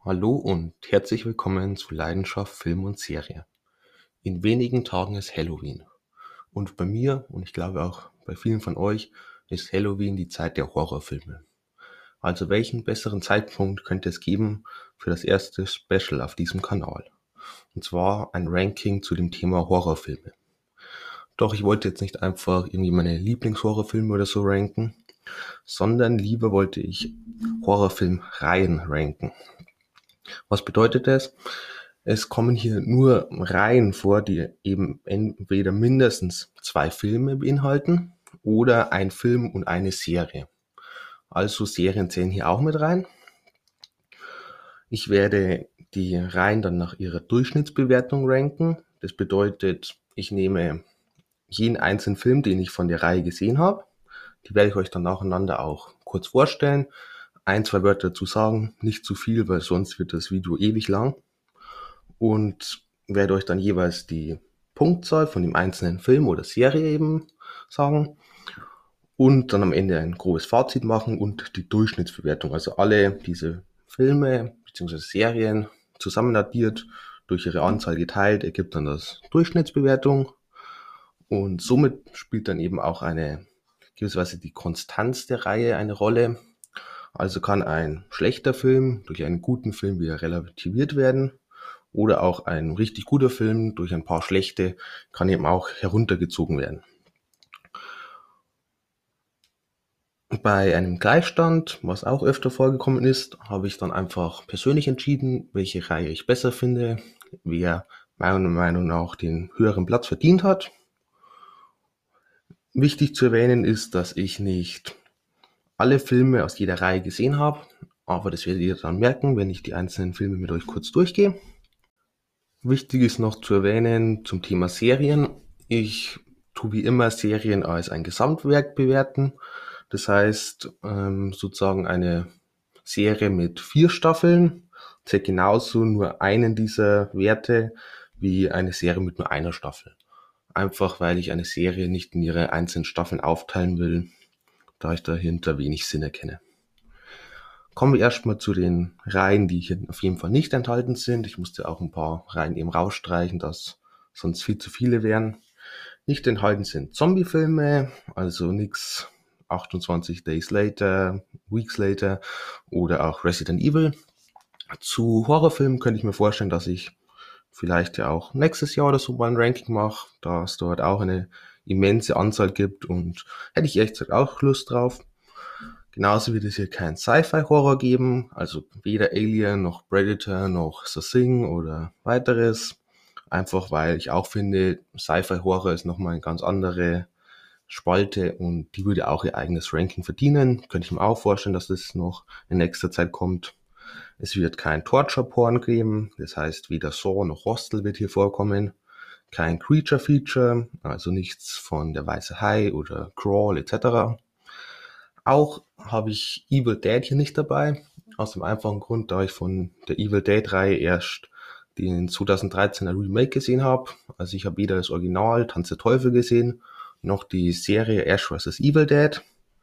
Hallo und herzlich willkommen zu Leidenschaft Film und Serie. In wenigen Tagen ist Halloween. Und bei mir, und ich glaube auch bei vielen von euch, ist Halloween die Zeit der Horrorfilme. Also welchen besseren Zeitpunkt könnte es geben für das erste Special auf diesem Kanal? Und zwar ein Ranking zu dem Thema Horrorfilme. Doch ich wollte jetzt nicht einfach irgendwie meine Lieblingshorrorfilme oder so ranken, sondern lieber wollte ich Horrorfilmreihen ranken. Was bedeutet das? Es kommen hier nur Reihen vor, die eben entweder mindestens 2 Filme beinhalten oder ein Film und eine Serie. Also Serien zählen hier auch mit rein. Ich werde die Reihen dann nach ihrer Durchschnittsbewertung ranken. Das bedeutet, ich nehme jeden einzelnen Film, den ich von der Reihe gesehen habe. Die werde ich euch dann nacheinander auch kurz vorstellen. Ein, zwei Wörter dazu sagen, nicht zu viel, weil sonst wird das Video ewig lang. Und werde euch dann jeweils die Punktzahl von dem einzelnen Film oder Serie eben sagen und dann am Ende ein grobes Fazit machen und die Durchschnittsbewertung, also alle diese Filme bzw. Serien zusammen addiert, durch ihre Anzahl geteilt, ergibt dann das Durchschnittsbewertung und somit spielt dann eben auch eine gewisserweise die Konstanz der Reihe eine Rolle. Also kann ein schlechter Film durch einen guten Film wieder relativiert werden oder auch ein richtig guter Film durch ein paar schlechte kann eben auch heruntergezogen werden. Bei einem Gleichstand, was auch öfter vorgekommen ist, habe ich dann einfach persönlich entschieden, welche Reihe ich besser finde, wer meiner Meinung nach den höheren Platz verdient hat. Wichtig zu erwähnen ist, dass ich nicht alle Filme aus jeder Reihe gesehen habe, aber das werdet ihr dann merken, wenn ich die einzelnen Filme mit euch kurz durchgehe. Wichtig ist noch zu erwähnen zum Thema Serien. Ich tue wie immer Serien als ein Gesamtwerk bewerten. Das heißt, sozusagen eine Serie mit 4 Staffeln zählt genauso nur einen dieser Werte wie eine Serie mit nur einer Staffel. Einfach weil ich eine Serie nicht in ihre einzelnen Staffeln aufteilen will, da ich dahinter wenig Sinn erkenne. Kommen wir erstmal zu den Reihen, die hier auf jeden Fall nicht enthalten sind. Ich musste auch ein paar Reihen eben rausstreichen, dass sonst viel zu viele wären. Nicht enthalten sind Zombie-Filme, also nix 28 Days Later, Weeks Later oder auch Resident Evil. Zu Horrorfilmen könnte ich mir vorstellen, dass ich vielleicht ja auch nächstes Jahr oder so mal ein Ranking mache, da es dort auch eine immense Anzahl gibt und hätte ich echt auch Lust drauf. Genauso wird es hier keinen Sci-Fi-Horror geben, also weder Alien noch Predator noch The Thing oder weiteres. Einfach weil ich auch finde, Sci-Fi-Horror ist nochmal eine ganz andere Spalte und die würde auch ihr eigenes Ranking verdienen. Könnte ich mir auch vorstellen, dass das noch in nächster Zeit kommt. Es wird kein Torture-Porn geben, das heißt weder Saw noch Hostel wird hier vorkommen. Kein Creature-Feature, also nichts von Der Weiße Hai oder Crawl etc. Auch habe ich Evil Dead hier nicht dabei, aus dem einfachen Grund, da ich von der Evil Dead-Reihe erst den 2013er Remake gesehen habe. Also ich habe weder das Original Tanz der Teufel gesehen, noch die Serie Ash vs. Evil Dead.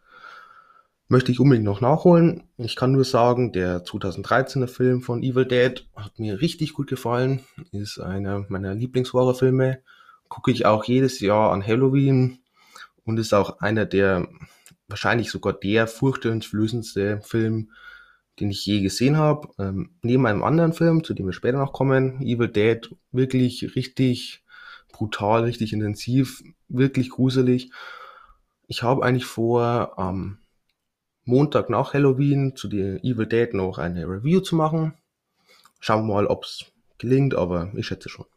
Möchte ich unbedingt noch nachholen. Ich kann nur sagen, der 2013er Film von Evil Dead hat mir richtig gut gefallen. Ist einer meiner Lieblingshorrorfilme. Gucke ich auch jedes Jahr an Halloween und ist auch einer der, wahrscheinlich sogar der furchteinflößendste Film, den ich je gesehen habe. Neben einem anderen Film, zu dem wir später noch kommen, Evil Dead, wirklich richtig brutal, richtig intensiv, wirklich gruselig. Ich habe eigentlich vor, am Montag nach Halloween zu der Evil Dead noch eine Review zu machen. Schauen wir mal, ob es gelingt, aber ich schätze schon.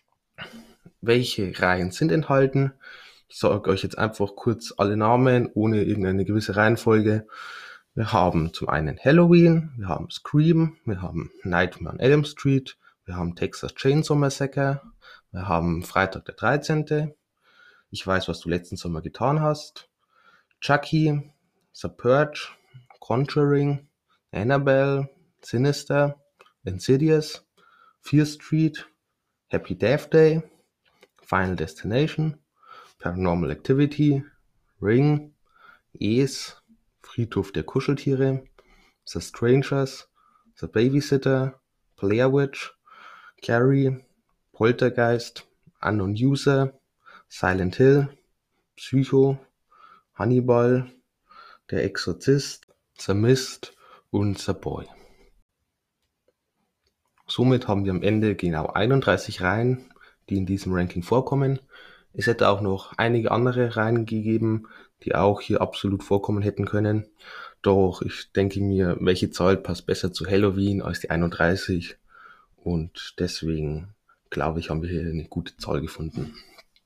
Welche Reihen sind enthalten? Ich sage euch jetzt einfach kurz alle Namen, ohne irgendeine gewisse Reihenfolge. Wir haben zum einen Halloween, wir haben Scream, wir haben Nightmare on Elm Street, wir haben Texas Chainsaw Massacre, wir haben Freitag der 13. Ich weiß, was du letzten Sommer getan hast. Chucky, The Purge, Conjuring, Annabelle, Sinister, Insidious, Fear Street, Happy Death Day, Final Destination, Paranormal Activity, Ring, Es, Friedhof der Kuscheltiere, The Strangers, The Babysitter, Blair Witch, Carrie, Poltergeist, Unknown User, Silent Hill, Psycho, Hannibal, Der Exorzist, The Mist und The Boy. Somit haben wir am Ende genau 31 Reihen, die in diesem Ranking vorkommen. Es hätte auch noch einige andere Reihen gegeben, die auch hier absolut vorkommen hätten können. Doch ich denke mir, welche Zahl passt besser zu Halloween als die 31? Und deswegen glaube ich, haben wir hier eine gute Zahl gefunden.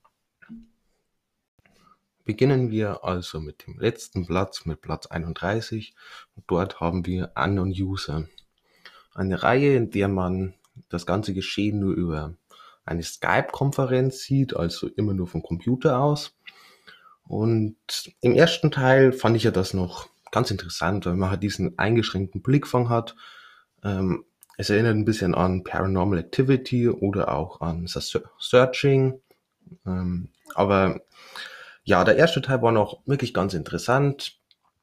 Beginnen wir also mit dem letzten Platz, mit Platz 31. Und dort haben wir Unknown User. Eine Reihe, in der man das ganze Geschehen nur über eine Skype-Konferenz sieht, also immer nur vom Computer aus. Und im ersten Teil fand ich ja das noch ganz interessant, weil man halt diesen eingeschränkten Blickfang hat. Es erinnert ein bisschen an Paranormal Activity oder auch an Searching. Aber ja, der erste Teil war noch wirklich ganz interessant.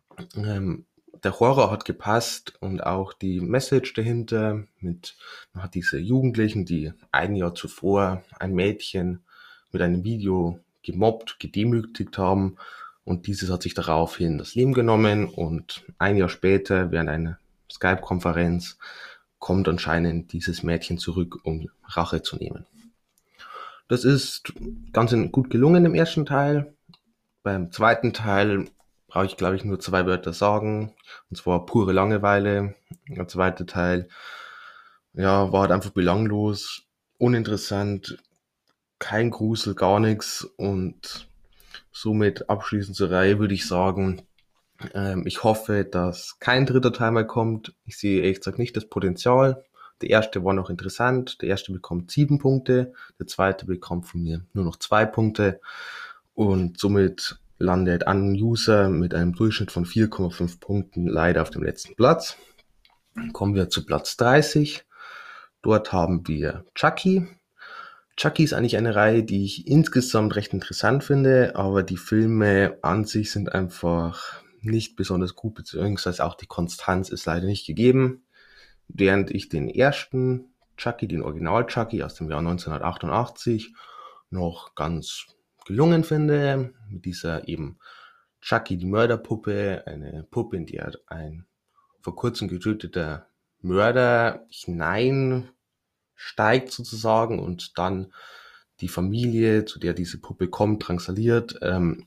Der Horror hat gepasst und auch die Message dahinter man hat diese Jugendlichen, die ein Jahr zuvor ein Mädchen mit einem Video gemobbt, gedemütigt haben und dieses hat sich daraufhin das Leben genommen und ein Jahr später während einer Skype-Konferenz kommt anscheinend dieses Mädchen zurück, um Rache zu nehmen. Das ist ganz gut gelungen im ersten Teil. Beim zweiten Teil brauche ich, glaube ich, nur 2 Wörter sagen. Und zwar pure Langeweile. Der zweite Teil, ja, war halt einfach belanglos, uninteressant, kein Grusel, gar nichts. Und somit abschließend zur Reihe würde ich sagen, ich hoffe, dass kein dritter Teil mehr kommt. Ich sehe ehrlich gesagt nicht das Potenzial. Der erste war noch interessant. Der erste bekommt 7 Punkte. Der zweite bekommt von mir nur noch 2 Punkte. Und somit landet Unknown User mit einem Durchschnitt von 4,5 Punkten leider auf dem letzten Platz. Kommen wir zu Platz 30. Dort haben wir Chucky. Chucky ist eigentlich eine Reihe, die ich insgesamt recht interessant finde, aber die Filme an sich sind einfach nicht besonders gut, beziehungsweise auch die Konstanz ist leider nicht gegeben. Während ich den ersten Chucky, den Original Chucky aus dem Jahr 1988, noch ganz gelungen finde, mit dieser eben Chucky die Mörderpuppe, eine Puppe, in der ein vor kurzem getöteter Mörder hineinsteigt sozusagen und dann die Familie, zu der diese Puppe kommt, drangsaliert,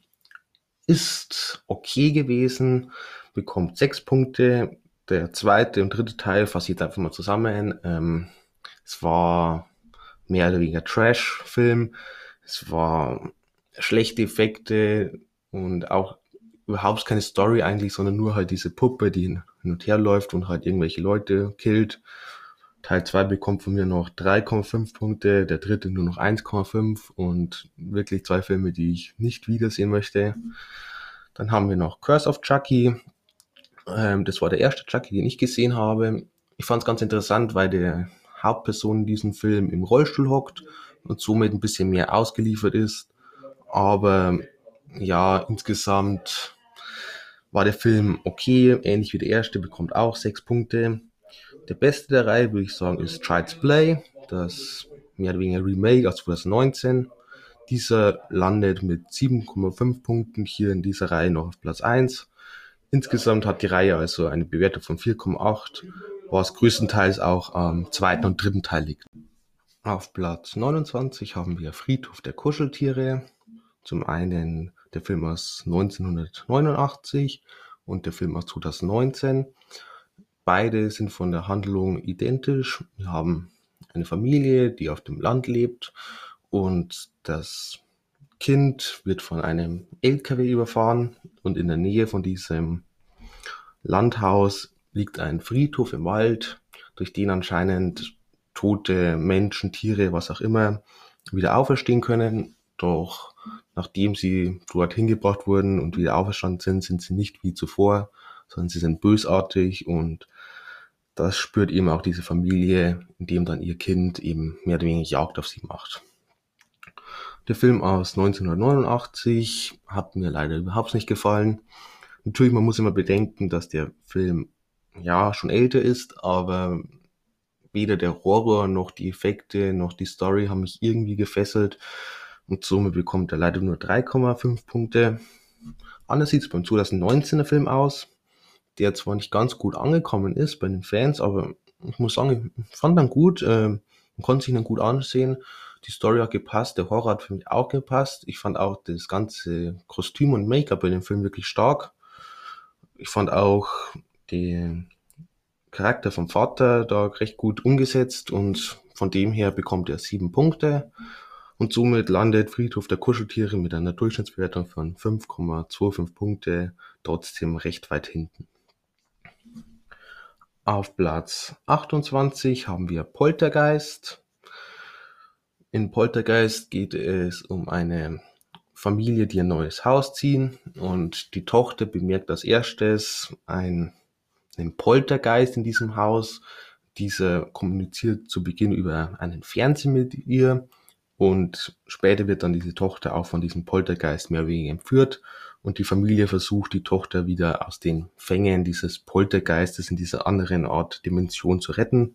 ist okay gewesen, bekommt 6 Punkte. Der zweite und dritte Teil fasse ich jetzt einfach mal zusammen. Es war mehr oder weniger Trash-Film. Es war schlechte Effekte und auch überhaupt keine Story eigentlich, sondern nur halt diese Puppe, die hin und her läuft und halt irgendwelche Leute killt. Teil 2 bekommt von mir noch 3,5 Punkte, der dritte nur noch 1,5 und wirklich 2 Filme, die ich nicht wiedersehen möchte. Dann haben wir noch Curse of Chucky. Das war der erste Chucky, den ich gesehen habe. Ich fand es ganz interessant, weil der Hauptperson in diesem Film im Rollstuhl hockt und somit ein bisschen mehr ausgeliefert ist. Aber ja, insgesamt war der Film okay, ähnlich wie der erste, bekommt auch 6 Punkte. Der beste der Reihe, würde ich sagen, ist Child's Play, das mehr oder weniger Remake aus 2019. Dieser landet mit 7,5 Punkten hier in dieser Reihe noch auf Platz 1. Insgesamt hat die Reihe also eine Bewertung von 4,8, was größtenteils auch am zweiten und dritten Teil liegt. Auf Platz 29 haben wir Friedhof der Kuscheltiere. Zum einen der Film aus 1989 und der Film aus 2019. Beide sind von der Handlung identisch. Wir haben eine Familie, die auf dem Land lebt und das Kind wird von einem LKW überfahren und in der Nähe von diesem Landhaus liegt ein Friedhof im Wald, durch den anscheinend tote Menschen, Tiere, was auch immer, wieder auferstehen können. Doch nachdem sie dorthin gebracht wurden und wieder auferstanden sind, sind sie nicht wie zuvor, sondern sie sind bösartig und das spürt eben auch diese Familie, indem dann ihr Kind eben mehr oder weniger Jagd auf sie macht. Der Film aus 1989 hat mir leider überhaupt nicht gefallen. Natürlich, man muss immer bedenken, dass der Film ja schon älter ist, aber weder der Horror noch die Effekte noch die Story haben mich irgendwie gefesselt und somit bekommt er leider nur 3,5 Punkte. Anders sieht es beim 2019er Film aus, der zwar nicht ganz gut angekommen ist bei den Fans, aber ich muss sagen, ich fand ihn gut. Man konnte sich ihn gut ansehen. Die Story hat gepasst, der Horror hat für mich auch gepasst. Ich fand auch das ganze Kostüm und Make-up bei dem Film wirklich stark. Ich fand auch den Charakter vom Vater da recht gut umgesetzt und von dem her bekommt er 7 Punkte. Und somit landet Friedhof der Kuscheltiere mit einer Durchschnittsbewertung von 5,25 Punkte trotzdem recht weit hinten. Auf Platz 28 haben wir Poltergeist. In Poltergeist geht es um eine Familie, die ein neues Haus ziehen und die Tochter bemerkt als erstes einen Poltergeist in diesem Haus. Dieser kommuniziert zu Beginn über einen Fernseher mit ihr und später wird dann diese Tochter auch von diesem Poltergeist mehr oder weniger entführt und die Familie versucht, die Tochter wieder aus den Fängen dieses Poltergeistes in dieser anderen Art Dimension zu retten.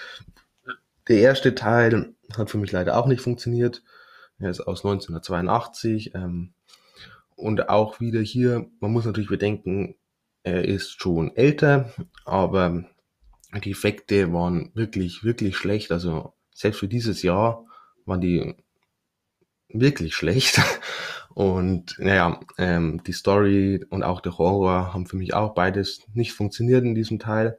Der erste Teil hat für mich leider auch nicht funktioniert. Er ist aus 1982 und auch wieder hier, man muss natürlich bedenken, er ist schon älter, aber die Effekte waren wirklich, wirklich schlecht. Also selbst für dieses Jahr waren die wirklich schlecht. Und naja, die Story und auch der Horror haben für mich auch beides nicht funktioniert in diesem Teil.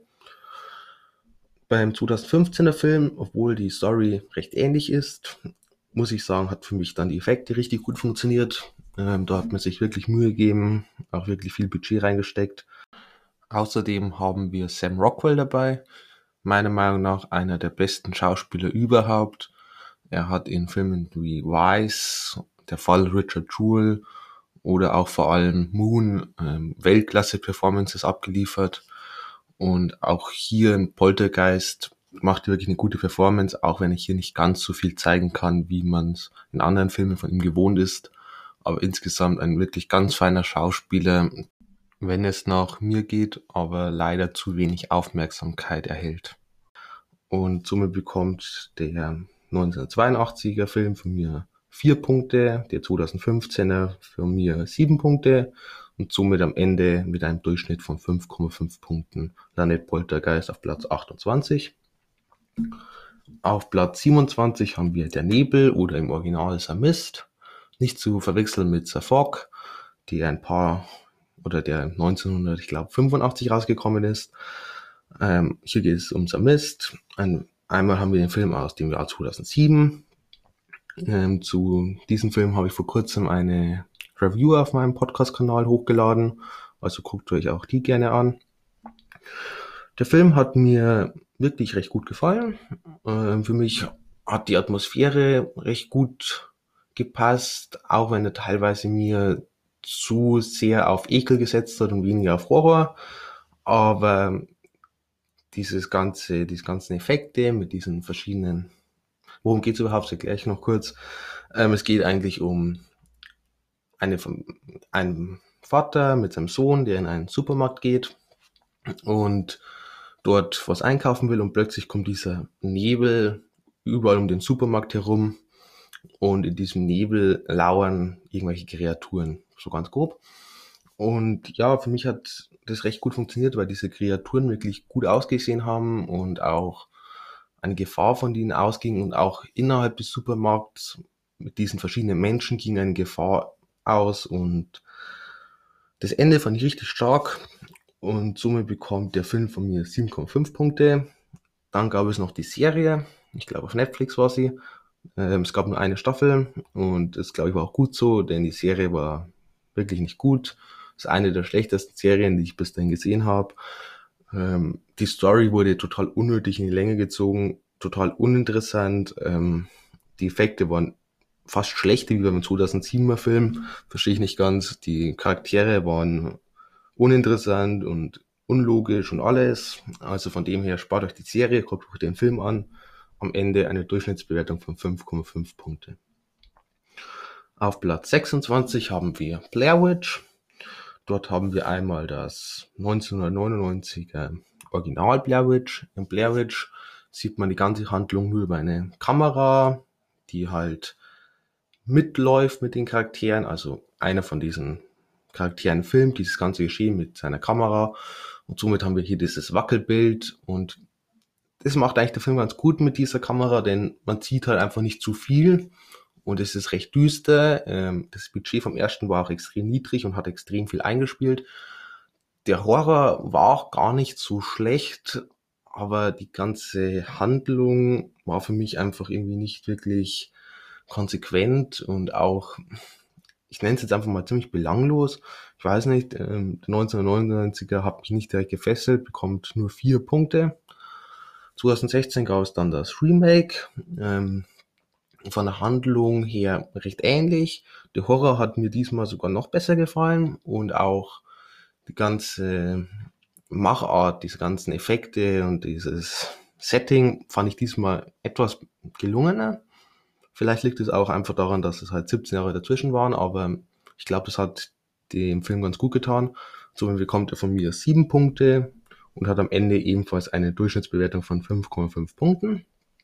Beim 2015er Film, obwohl die Story recht ähnlich ist, muss ich sagen, hat für mich dann die Effekte richtig gut funktioniert. Da hat man sich wirklich Mühe gegeben, auch wirklich viel Budget reingesteckt. Außerdem haben wir Sam Rockwell dabei, meiner Meinung nach einer der besten Schauspieler überhaupt. Er hat in Filmen wie Vice, Der Fall Richard Jewell oder auch vor allem Moon Weltklasse-Performances abgeliefert. Und auch hier in Poltergeist macht er wirklich eine gute Performance, auch wenn ich hier nicht ganz so viel zeigen kann, wie man es in anderen Filmen von ihm gewohnt ist. Aber insgesamt ein wirklich ganz feiner Schauspieler, wenn es nach mir geht, aber leider zu wenig Aufmerksamkeit erhält. Und somit bekommt der 1982er Film von mir 4 Punkte, der 2015er für mir 7 Punkte und somit am Ende mit einem Durchschnitt von 5,5 Punkten landet Poltergeist auf Platz 28. Auf Platz 27 haben wir Der Nebel oder im Original The Mist, nicht zu verwechseln mit The Fog, der der 1985 rausgekommen ist. Hier geht es um The Mist. Einmal haben wir den Film aus dem Jahr 2007. Zu diesem Film habe ich vor kurzem eine Review auf meinem Podcast-Kanal hochgeladen. Also guckt euch auch die gerne an. Der Film hat mir wirklich recht gut gefallen. Für mich hat die Atmosphäre recht gut gepasst, auch wenn er teilweise mir zu sehr auf Ekel gesetzt hat und weniger auf Horror. Aber diese ganzen Effekte mit diesen verschiedenen, worum geht es überhaupt, so gleich noch kurz. Es geht eigentlich um einen Vater mit seinem Sohn, der in einen Supermarkt geht und dort was einkaufen will und plötzlich kommt dieser Nebel überall um den Supermarkt herum und in diesem Nebel lauern irgendwelche Kreaturen, so ganz grob. Und ja, für mich hat das recht gut funktioniert, weil diese Kreaturen wirklich gut ausgesehen haben und auch eine Gefahr von denen ausging und auch innerhalb des Supermarkts mit diesen verschiedenen Menschen ging eine Gefahr aus und das Ende fand ich richtig stark und somit bekommt der Film von mir 7,5 Punkte. Dann gab es noch die Serie, ich glaube auf Netflix war sie. Es gab nur eine Staffel und das glaube ich war auch gut so, denn die Serie war wirklich nicht gut. Das ist eine der schlechtesten Serien, die ich bis dahin gesehen habe. Die Story wurde total unnötig in die Länge gezogen, total uninteressant. Die Effekte waren fast schlechter wie beim 2007er Film, verstehe ich nicht ganz. Die Charaktere waren uninteressant und unlogisch und alles. Also von dem her spart euch die Serie, guckt euch den Film an. Am Ende eine Durchschnittsbewertung von 5,5 Punkte. Auf Platz 26 haben wir Blair Witch. Dort haben wir einmal das 1999er Original Blair Witch. In Blair Witch sieht man die ganze Handlung nur über eine Kamera, die halt mitläuft mit den Charakteren. Also einer von diesen Charakteren filmt dieses ganze Geschehen mit seiner Kamera. Und somit haben wir hier dieses Wackelbild. Und das macht eigentlich der Film ganz gut mit dieser Kamera, denn man sieht halt einfach nicht zu viel. Und es ist recht düster. Das Budget vom ersten war auch extrem niedrig und hat extrem viel eingespielt. Der Horror war auch gar nicht so schlecht, aber die ganze Handlung war für mich einfach irgendwie nicht wirklich konsequent und auch, ich nenne es jetzt einfach mal ziemlich belanglos. Ich weiß nicht, der 1999er hat mich nicht direkt gefesselt, bekommt nur 4 Punkte. 2016 gab es dann das Remake, von der Handlung her recht ähnlich. Der Horror hat mir diesmal sogar noch besser gefallen und auch die ganze Machart, diese ganzen Effekte und dieses Setting fand ich diesmal etwas gelungener. Vielleicht liegt es auch einfach daran, dass es halt 17 Jahre dazwischen waren, aber ich glaube, das hat dem Film ganz gut getan. Somit bekommt er von mir 7 Punkte und hat am Ende ebenfalls eine Durchschnittsbewertung von 5,5 Punkten.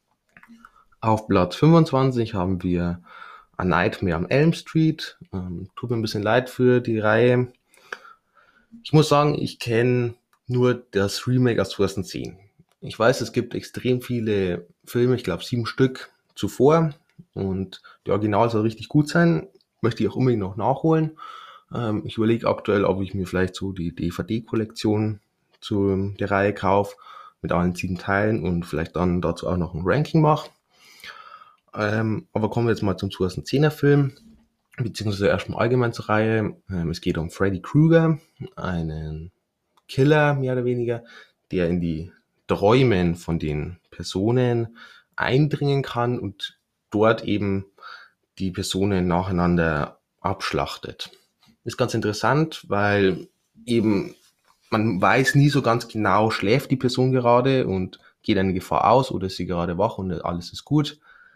Auf Platz 25 haben wir A Nightmare on Elm Street. Tut mir ein bisschen leid für die Reihe. Ich muss sagen, ich kenne nur das Remake aus 2010. Ich weiß, es gibt extrem viele Filme, ich glaube 7 Stück zuvor. Und der Original soll richtig gut sein. Möchte ich auch unbedingt noch nachholen. Ich überlege aktuell, ob ich mir vielleicht so die DVD-Kollektion zu der Reihe kaufe. Mit allen 7 Teilen und vielleicht dann dazu auch noch ein Ranking mache. Aber kommen wir jetzt mal zum 2010er Film, beziehungsweise erstmal allgemein zur Reihe. Es geht um Freddy Krueger, einen Killer mehr oder weniger, der in die Träumen von den Personen eindringen kann und dort eben die Personen nacheinander abschlachtet. Ist ganz interessant, weil eben man weiß nie so ganz genau, schläft die Person gerade und geht eine Gefahr aus oder ist sie gerade wach und alles ist gut.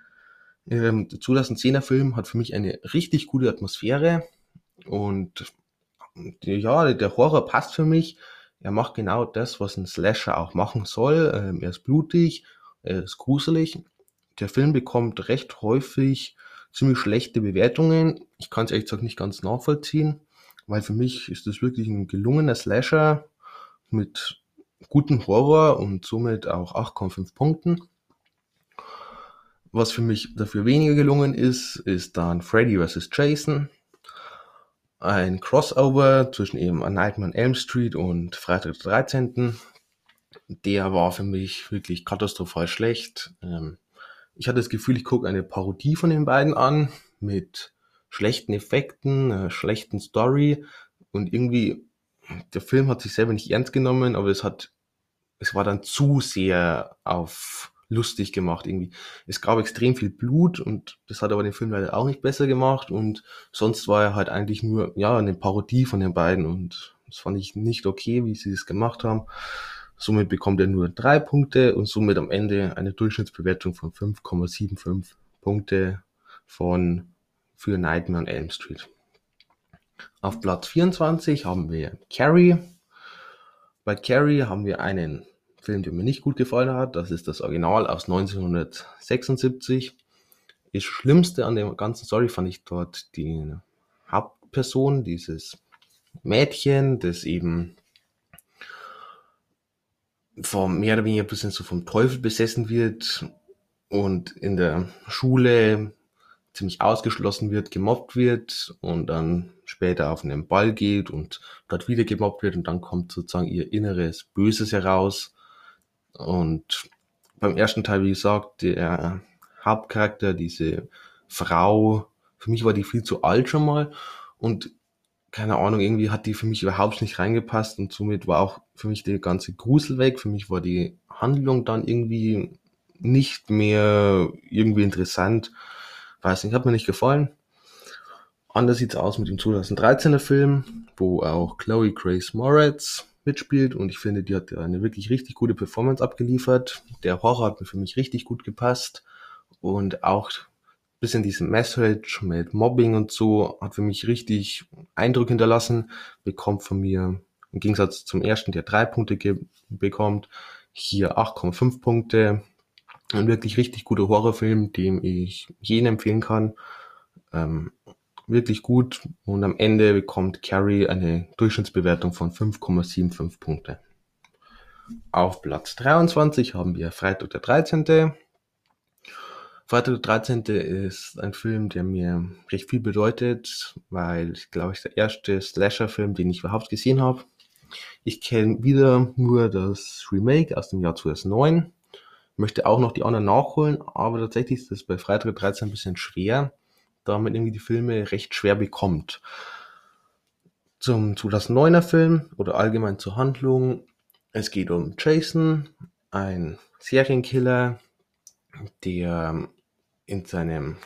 Der 2010er Film hat für mich eine richtig gute Atmosphäre und ja, der Horror passt für mich. Er macht genau das, was ein Slasher auch machen soll. Er ist blutig, er ist gruselig. Der Film bekommt recht häufig ziemlich schlechte Bewertungen. Ich kann es ehrlich gesagt nicht ganz nachvollziehen, weil für mich ist das wirklich ein gelungener Slasher mit gutem Horror und somit auch 8,5 Punkten. Was für mich dafür weniger gelungen ist, ist dann Freddy vs. Jason. Ein Crossover zwischen eben A Nightmare on Elm Street und Freitag der 13. Der war für mich wirklich katastrophal schlecht. Ich hatte das Gefühl, ich gucke eine Parodie von den beiden an, mit schlechten Effekten, schlechten Story und irgendwie, der Film hat sich selber nicht ernst genommen, aber es war dann zu sehr auf lustig gemacht irgendwie. Es gab extrem viel Blut und das hat aber den Film leider auch nicht besser gemacht und sonst war er halt eigentlich nur, ja, eine Parodie von den beiden und das fand ich nicht okay, wie sie das gemacht haben. Somit bekommt er nur 3 Punkte und somit am Ende eine Durchschnittsbewertung von 5,75 Punkte für Nightmare on Elm Street. Auf Platz 24 haben wir Carrie. Bei Carrie haben wir einen Film, der mir nicht gut gefallen hat. Das ist das Original aus 1976. Das Schlimmste an der ganzen Story fand ich dort die Hauptperson, dieses Mädchen, das eben mehr oder weniger ein bisschen so vom Teufel besessen wird und in der Schule ziemlich ausgeschlossen wird, gemobbt wird und dann später auf einen Ball geht und dort wieder gemobbt wird und dann kommt sozusagen ihr inneres Böses heraus. Und beim ersten Teil, wie gesagt, der Hauptcharakter, diese Frau, für mich war die viel zu alt schon mal und keine Ahnung, irgendwie hat die für mich überhaupt nicht reingepasst und somit war auch für mich der ganze Grusel weg. Für mich war die Handlung dann irgendwie nicht mehr irgendwie interessant. Weiß nicht, hat mir nicht gefallen. Anders sieht's aus mit dem 2013er Film, wo auch Chloe Grace Moretz mitspielt und ich finde, die hat eine wirklich richtig gute Performance abgeliefert. Der Horror hat mir für mich richtig gut gepasst und auch ein bisschen diese Message mit Mobbing und so hat für mich richtig Eindruck hinterlassen, bekommt von mir Im Gegensatz zum ersten, der 3 Punkte bekommt, hier 8,5 Punkte. Ein wirklich richtig guter Horrorfilm, den ich jedem empfehlen kann. Ähm, wirklich gut. Und am Ende bekommt Carrie eine Durchschnittsbewertung von 5,75 Punkte. Auf Platz 23 haben wir Freitag der 13. Freitag der 13. ist ein Film, der mir recht viel bedeutet, weil ich glaube, ich der erste Slasher-Film, den ich überhaupt gesehen habe. Ich kenne wieder nur das Remake aus dem Jahr 2009. Möchte auch noch die anderen nachholen, aber tatsächlich ist das bei Freitag der 13 ein bisschen schwer, da man irgendwie die Filme recht schwer bekommt. Zum 2009er Film oder allgemein zur Handlung. Es geht um Jason, ein Serienkiller, der in seinem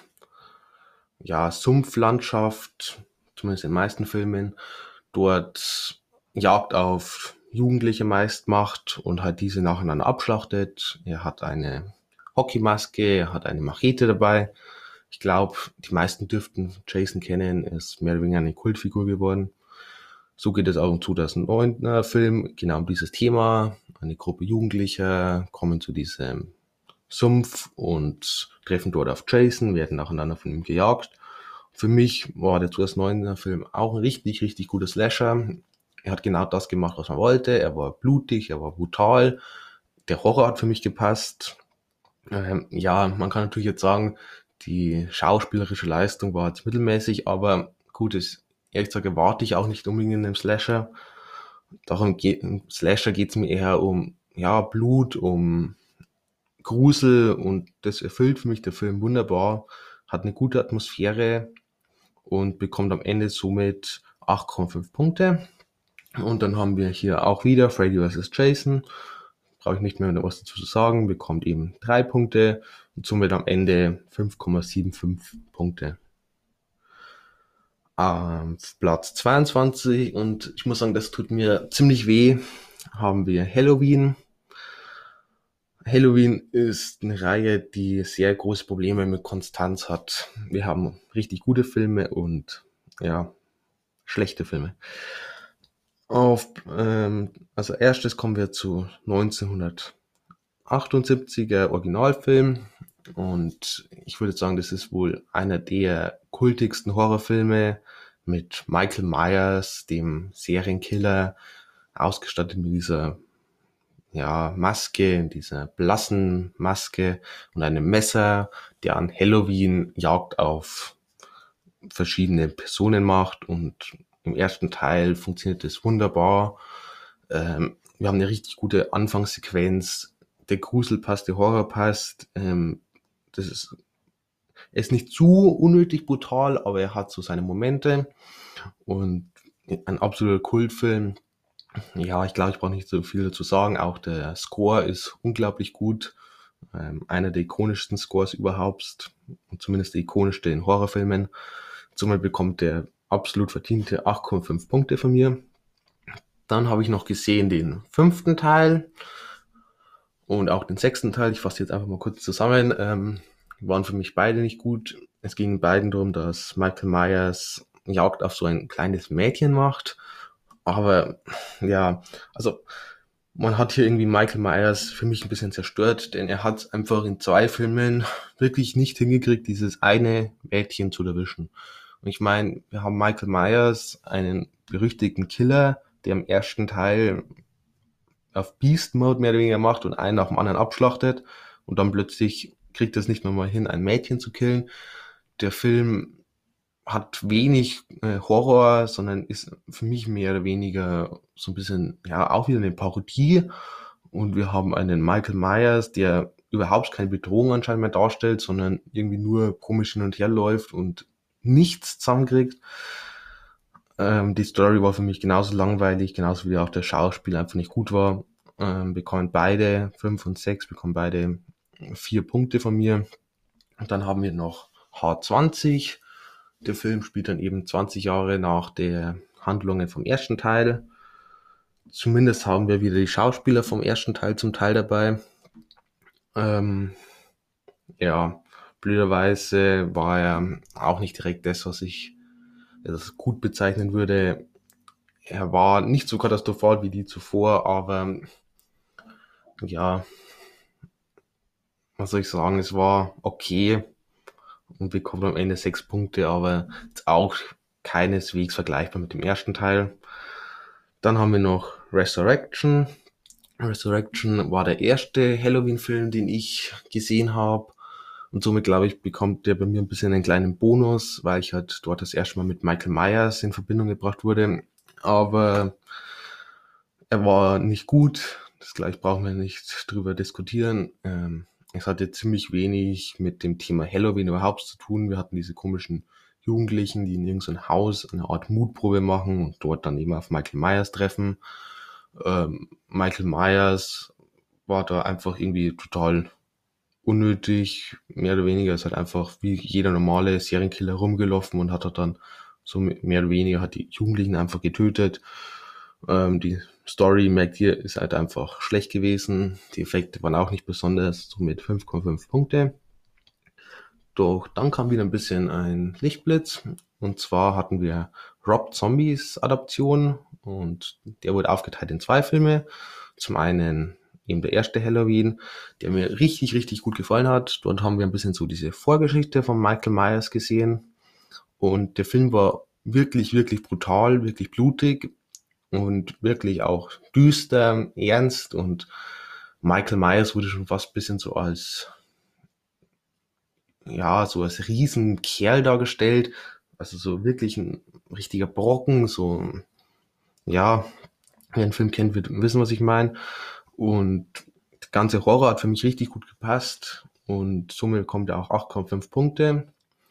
Sumpflandschaft, zumindest in den meisten Filmen, dort Jagd auf Jugendliche meist macht und halt diese nacheinander abschlachtet. Er hat eine Hockeymaske, er hat eine Machete dabei. Ich glaube, die meisten dürften Jason kennen, er ist mehr oder weniger eine Kultfigur geworden. So geht es auch im 2009er Film, genau um dieses Thema. Eine Gruppe Jugendlicher kommen zu diesem Sumpf und treffen dort auf Jason, werden nacheinander von ihm gejagt. Für mich war der 2009er Film auch ein richtig, richtig guter Slasher. Er hat genau das gemacht, was man wollte. Er war blutig, er war brutal. Der Horror hat für mich gepasst. Man kann natürlich jetzt sagen, die schauspielerische Leistung war jetzt mittelmäßig, aber gut, ehrlich gesagt erwarte ich auch nicht unbedingt in einem Slasher. Im Slasher geht es mir eher um Blut, um Grusel und das erfüllt für mich der Film wunderbar, hat eine gute Atmosphäre und bekommt am Ende somit 8,5 Punkte. Und dann haben wir hier auch wieder Freddy vs. Jason. Brauche ich nicht mehr was dazu zu sagen. Bekommt eben 3 Punkte und somit am Ende 5,75 Punkte. Platz 22 und ich muss sagen, das tut mir ziemlich weh, haben wir Halloween. Halloween ist eine Reihe, die sehr große Probleme mit Konstanz hat. Wir haben richtig gute Filme und schlechte Filme. Also erstes kommen wir zu 1978er Originalfilm und ich würde sagen, das ist wohl einer der kultigsten Horrorfilme mit Michael Myers, dem Serienkiller, ausgestattet mit dieser Maske, dieser blassen Maske und einem Messer, der an Halloween Jagd auf verschiedene Personen macht und im ersten Teil funktioniert das wunderbar. Wir haben eine richtig gute Anfangssequenz, der Grusel passt, der Horror passt. Das ist, er ist nicht zu unnötig brutal, aber er hat so seine Momente und ein absoluter Kultfilm. Ja, ich glaube, ich brauche nicht so viel dazu sagen. Auch der Score ist unglaublich gut. Einer der ikonischsten Scores überhaupt. Und zumindest der ikonischste in Horrorfilmen. Somit bekommt der absolut verdiente 8,5 Punkte von mir. Dann habe ich noch gesehen den 5. Teil und auch den 6. Teil. Ich fasse jetzt einfach mal kurz zusammen. Waren für mich beide nicht gut. Es ging in beiden darum, dass Michael Myers Jagd auf so ein kleines Mädchen macht. Aber also man hat hier irgendwie Michael Myers für mich ein bisschen zerstört, denn er hat einfach in 2 Filmen wirklich nicht hingekriegt, dieses eine Mädchen zu erwischen. Und ich meine, wir haben Michael Myers, einen berüchtigten Killer, der im ersten Teil auf Beast Mode mehr oder weniger macht und einen nach dem anderen abschlachtet und dann plötzlich kriegt er es nicht mehr mal hin, ein Mädchen zu killen. Der Film hat wenig Horror, sondern ist für mich mehr oder weniger so ein bisschen, auch wieder eine Parodie. Und wir haben einen Michael Myers, der überhaupt keine Bedrohung anscheinend mehr darstellt, sondern irgendwie nur komisch hin und her läuft und nichts zusammenkriegt. Die Story war für mich genauso langweilig, genauso wie auch der Schauspiel einfach nicht gut war. Bekommen beide 5 und 6, bekommen beide 4 Punkte von mir. Und dann haben wir noch H20. Der Film spielt dann eben 20 Jahre nach der Handlungen vom ersten Teil. Zumindest haben wir wieder die Schauspieler vom ersten Teil zum Teil dabei. Ähm, ja, blöderweise war er auch nicht direkt das, was ich das gut bezeichnen würde. er war nicht so katastrophal wie die zuvor, aber ja, was soll ich sagen, es war okay und bekommt am Ende 6 Punkte, aber jetzt auch keineswegs vergleichbar mit dem ersten Teil. Dann haben wir noch Resurrection. Resurrection war der erste Halloween-Film, den ich gesehen habe. Und somit, glaube ich, bekommt der bei mir ein bisschen einen kleinen Bonus, weil ich halt dort das erste Mal mit Michael Myers in Verbindung gebracht wurde. Aber er war nicht gut. Das gleich brauchen wir nicht drüber diskutieren. Es hatte ziemlich wenig mit dem Thema Halloween überhaupt zu tun. Wir hatten diese komischen Jugendlichen, die in irgendein Haus eine Art Mutprobe machen und dort dann eben auf Michael Myers treffen. Michael Myers war da einfach irgendwie total unnötig, mehr oder weniger. Ist halt einfach wie jeder normale Serienkiller rumgelaufen und hat er dann so mehr oder weniger hat die Jugendlichen einfach getötet. Die Story, merkt ihr, ist halt einfach schlecht gewesen. Die Effekte waren auch nicht besonders, so mit 5,5 Punkte. Doch dann kam wieder ein bisschen ein Lichtblitz. Und zwar hatten wir Rob Zombies Adaption und der wurde aufgeteilt in 2 Filme. Zum einen eben der erste Halloween, der mir richtig, richtig gut gefallen hat. Dort haben wir ein bisschen so diese Vorgeschichte von Michael Myers gesehen. Und der Film war wirklich, wirklich brutal, wirklich blutig und wirklich auch düster, ernst. Und Michael Myers wurde schon fast ein bisschen so als, ja, so als Riesenkerl dargestellt. Also so wirklich ein richtiger Brocken, so, ja, wer den Film kennt, wird wissen, was ich meine. Und der ganze Horror hat für mich richtig gut gepasst und somit kommt er auch 8,5 Punkte.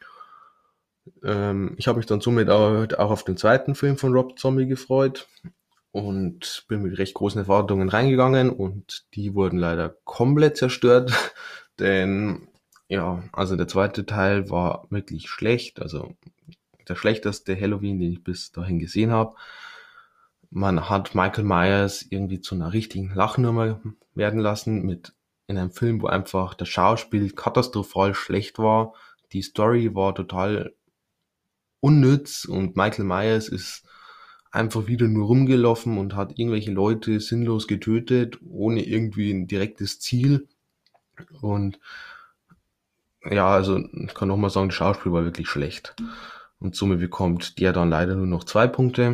Ich habe mich dann somit auch auf den zweiten Film von Rob Zombie gefreut und bin mit recht großen Erwartungen reingegangen und die wurden leider komplett zerstört, denn ja, also der zweite Teil war wirklich schlecht, also der schlechteste Halloween, den ich bis dahin gesehen habe. Man hat Michael Myers irgendwie zu einer richtigen Lachnummer werden lassen mit in einem Film, wo einfach das Schauspiel katastrophal schlecht war. Die Story war total unnütz und Michael Myers ist einfach wieder nur rumgelaufen und hat irgendwelche Leute sinnlos getötet, ohne irgendwie ein direktes Ziel. Und ja, also ich kann nochmal sagen, das Schauspiel war wirklich schlecht. Und somit bekommt der dann leider nur noch 2 Punkte.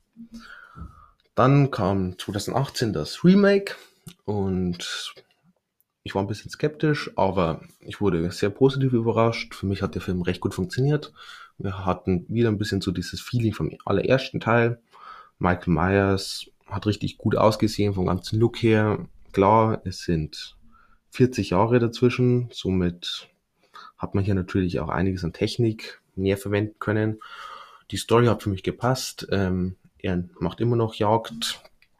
Dann kam 2018 das Remake und ich war ein bisschen skeptisch, aber ich wurde sehr positiv überrascht. Für mich hat der Film recht gut funktioniert. Wir hatten wieder ein bisschen so dieses Feeling vom allerersten Teil. Michael Myers hat richtig gut ausgesehen vom ganzen Look her. Klar, es sind 40 Jahre dazwischen, somit hat man hier natürlich auch einiges an Technik mehr verwenden können. Die Story hat für mich gepasst. Er macht immer noch Jagd.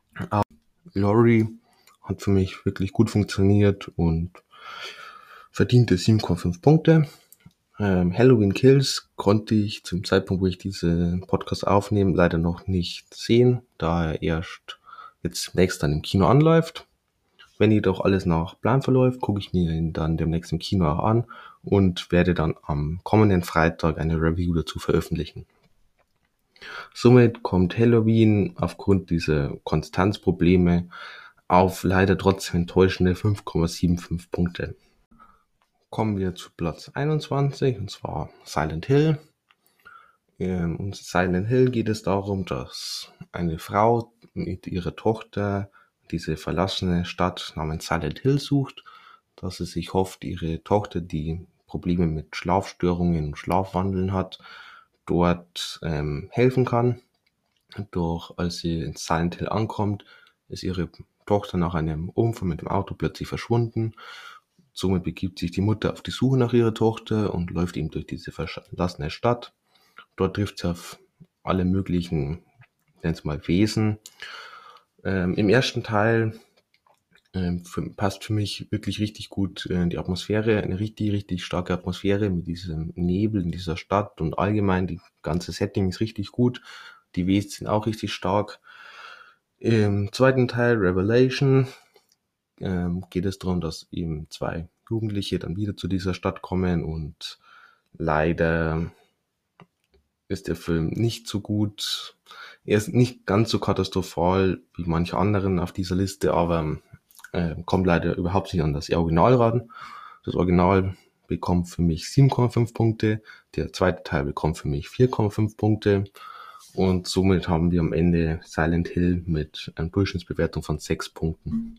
Laurie hat für mich wirklich gut funktioniert und verdiente 7,5 Punkte. Halloween Kills konnte ich zum Zeitpunkt, wo ich diesen Podcast aufnehme, leider noch nicht sehen, da er erst jetzt demnächst dann im Kino anläuft. Wenn jedoch alles nach Plan verläuft, gucke ich mir ihn dann demnächst im Kino auch an und werde dann am kommenden Freitag eine Review dazu veröffentlichen. Somit kommt Halloween aufgrund dieser Konstanzprobleme auf leider trotzdem enttäuschende 5,75 Punkte. Kommen wir zu Platz 21, und zwar Silent Hill. In Silent Hill geht es darum, dass eine Frau mit ihrer Tochter diese verlassene Stadt namens Silent Hill sucht, dass sie sich hofft, ihre Tochter, die Probleme mit Schlafstörungen und Schlafwandeln hat, dort helfen kann. Doch als sie in Silent Hill ankommt, ist ihre Tochter nach einem Unfall mit dem Auto plötzlich verschwunden. Somit begibt sich die Mutter auf die Suche nach ihrer Tochter und läuft eben durch diese verlassene Stadt. Dort trifft sie auf alle möglichen, nennen es mal, Wesen. Im ersten Teil passt für mich wirklich richtig gut die Atmosphäre, eine richtig, richtig starke Atmosphäre mit diesem Nebel in dieser Stadt und allgemein die ganze Setting ist richtig gut. Die Wesen sind auch richtig stark. Im zweiten Teil, Revelation, geht es darum, dass eben 2 Jugendliche dann wieder zu dieser Stadt kommen und leider ist der Film nicht so gut. Er ist nicht ganz so katastrophal wie manche anderen auf dieser Liste, aber kommt leider überhaupt nicht an das Original ran. Das Original bekommt für mich 7,5 Punkte, der zweite Teil bekommt für mich 4,5 Punkte und somit haben wir am Ende Silent Hill mit einer Durchschnittsbewertung von 6 Punkten.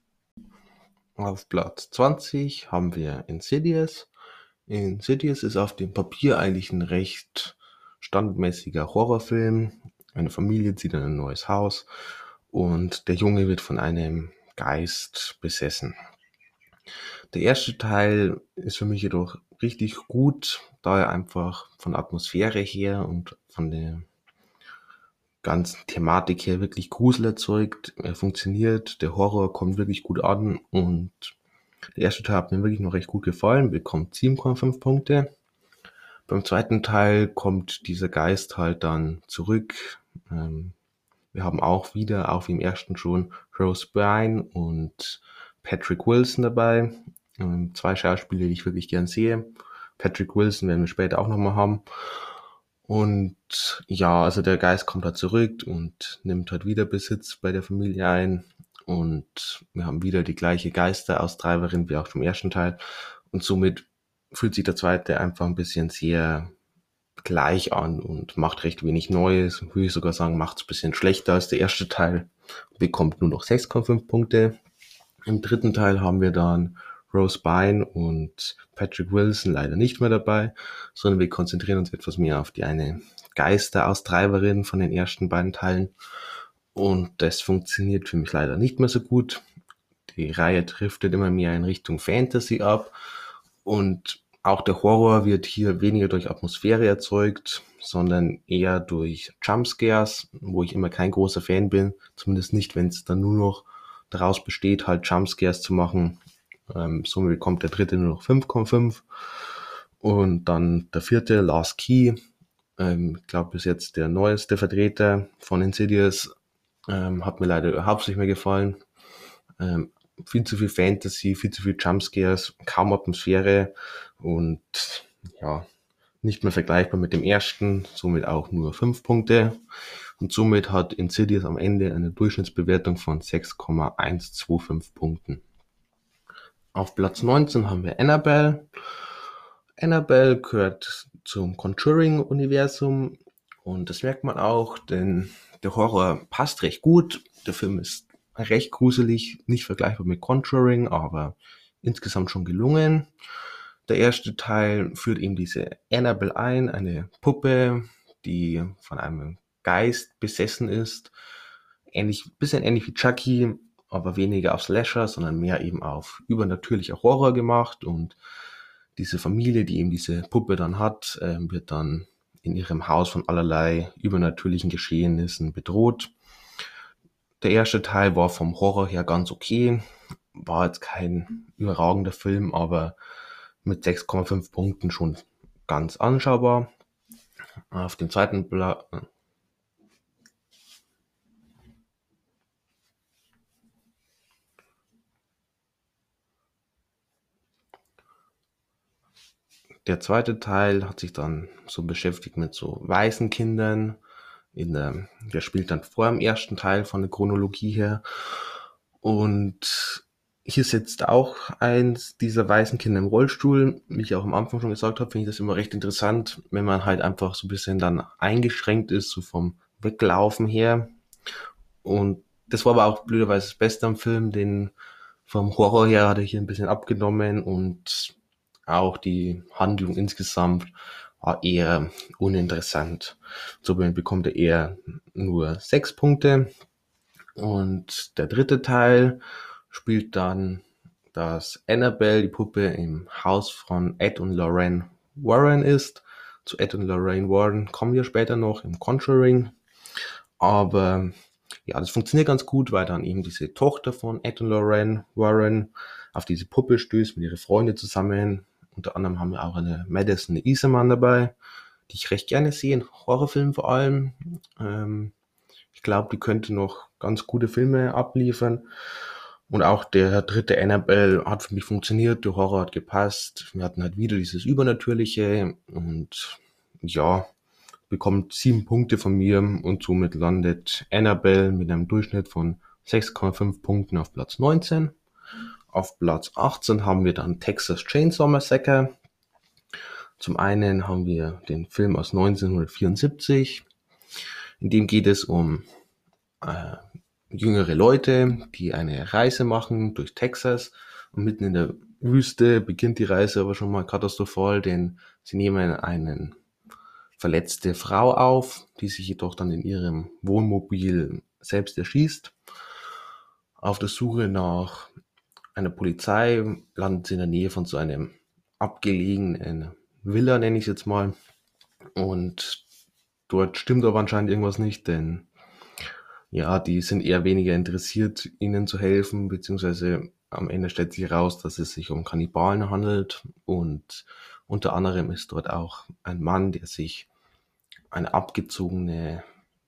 Auf Platz 20 haben wir Insidious. Insidious ist auf dem Papier eigentlich ein recht standardmäßiger Horrorfilm. Eine Familie zieht in ein neues Haus und der Junge wird von einem Geist besessen. Der erste Teil ist für mich jedoch richtig gut, da er einfach von der Atmosphäre her und von der ganzen Thematik her wirklich Grusel erzeugt. Er funktioniert, der Horror kommt wirklich gut an und der erste Teil hat mir wirklich noch recht gut gefallen, bekommt 7,5 Punkte. Beim zweiten Teil kommt dieser Geist halt dann zurück. Wir haben auch wieder, auch wie im ersten schon, Rose Byrne und Patrick Wilson dabei. Zwei Schauspieler, die ich wirklich gern sehe. Patrick Wilson werden wir später auch nochmal haben. Und ja, also der Geist kommt halt zurück und nimmt halt wieder Besitz bei der Familie ein. Und wir haben wieder die gleiche Geisteraustreiberin wie auch vom ersten Teil. Und somit fühlt sich der zweite einfach ein bisschen sehr gleich an und macht recht wenig Neues. Würde ich sogar sagen, macht es ein bisschen schlechter als der erste Teil. Bekommt nur noch 6,5 Punkte. Im dritten Teil haben wir dann Rose Byrne und Patrick Wilson leider nicht mehr dabei, sondern wir konzentrieren uns etwas mehr auf die eine Geisteraustreiberin von den ersten beiden Teilen. Und das funktioniert für mich leider nicht mehr so gut. Die Reihe driftet immer mehr in Richtung Fantasy ab und auch der Horror wird hier weniger durch Atmosphäre erzeugt, sondern eher durch Jumpscares, wo ich immer kein großer Fan bin. Zumindest nicht, wenn es dann nur noch daraus besteht, halt Jumpscares zu machen. Somit bekommt der dritte nur noch 5,5. Und dann der vierte, Last Key. Ich glaube, bis jetzt der neueste Vertreter von Insidious. Hat mir leider überhaupt nicht mehr gefallen. Viel zu viel Fantasy, viel zu viel Jumpscares, kaum Atmosphäre und ja, nicht mehr vergleichbar mit dem ersten, somit auch nur 5 Punkte. Und somit hat Insidious am Ende eine Durchschnittsbewertung von 6,125 Punkten. Auf Platz 19 haben wir Annabelle. Annabelle gehört zum Conjuring-Universum und das merkt man auch, denn der Horror passt recht gut. Der Film ist recht gruselig, nicht vergleichbar mit Conjuring, aber insgesamt schon gelungen. Der erste Teil führt eben diese Annabelle ein, eine Puppe, die von einem Geist besessen ist. Bisschen ähnlich wie Chucky, aber weniger auf Slasher, sondern mehr eben auf übernatürlicher Horror gemacht. Und diese Familie, die eben diese Puppe dann hat, wird dann in ihrem Haus von allerlei übernatürlichen Geschehnissen bedroht. Der erste Teil war vom Horror her ganz okay, war jetzt kein überragender Film, aber mit 6,5 Punkten schon ganz anschaubar. Auf dem zweiten Der zweite Teil hat sich dann so beschäftigt mit so Waisenkindern. Der spielt dann vor dem ersten Teil von der Chronologie her. Und hier sitzt auch eins dieser Waisenkinder im Rollstuhl. Wie ich auch am Anfang schon gesagt habe, finde ich das immer recht interessant, wenn man halt einfach so ein bisschen dann eingeschränkt ist, so vom Weglaufen her. Und das war aber auch blöderweise das Beste am Film, den vom Horror her hat er hier ein bisschen abgenommen und auch die Handlung insgesamt war eher uninteressant. Somit bekommt er eher nur 6 Punkte. Und der dritte Teil spielt dann, dass Annabelle, die Puppe, im Haus von Ed und Lorraine Warren ist. Zu Ed und Lorraine Warren kommen wir später noch im Conjuring. Aber ja, das funktioniert ganz gut, weil dann eben diese Tochter von Ed und Lorraine Warren auf diese Puppe stößt mit ihren Freunden zusammen. Unter anderem haben wir auch eine Madison Iseman dabei, die ich recht gerne sehe, in Horrorfilmen vor allem. Ich glaube, die könnte noch ganz gute Filme abliefern. Und auch der dritte Annabelle hat für mich funktioniert, der Horror hat gepasst. Wir hatten halt wieder dieses Übernatürliche und ja, bekommt 7 Punkte von mir und somit landet Annabelle mit einem Durchschnitt von 6,5 Punkten auf Platz 19. Auf Platz 18 haben wir dann Texas Chainsaw Massacre. Zum einen haben wir den Film aus 1974. In dem geht es um jüngere Leute, die eine Reise machen durch Texas, und mitten in der Wüste beginnt die Reise aber schon mal katastrophal, denn sie nehmen eine verletzte Frau auf, die sich jedoch dann in ihrem Wohnmobil selbst erschießt. Auf der Suche nach einer Polizei landet sie in der Nähe von so einem abgelegenen Villa, nenne ich es jetzt mal. Und dort stimmt aber anscheinend irgendwas nicht, denn ja, die sind eher weniger interessiert, ihnen zu helfen, beziehungsweise am Ende stellt sich heraus, dass es sich um Kannibalen handelt, und unter anderem ist dort auch ein Mann, der sich eine abgezogene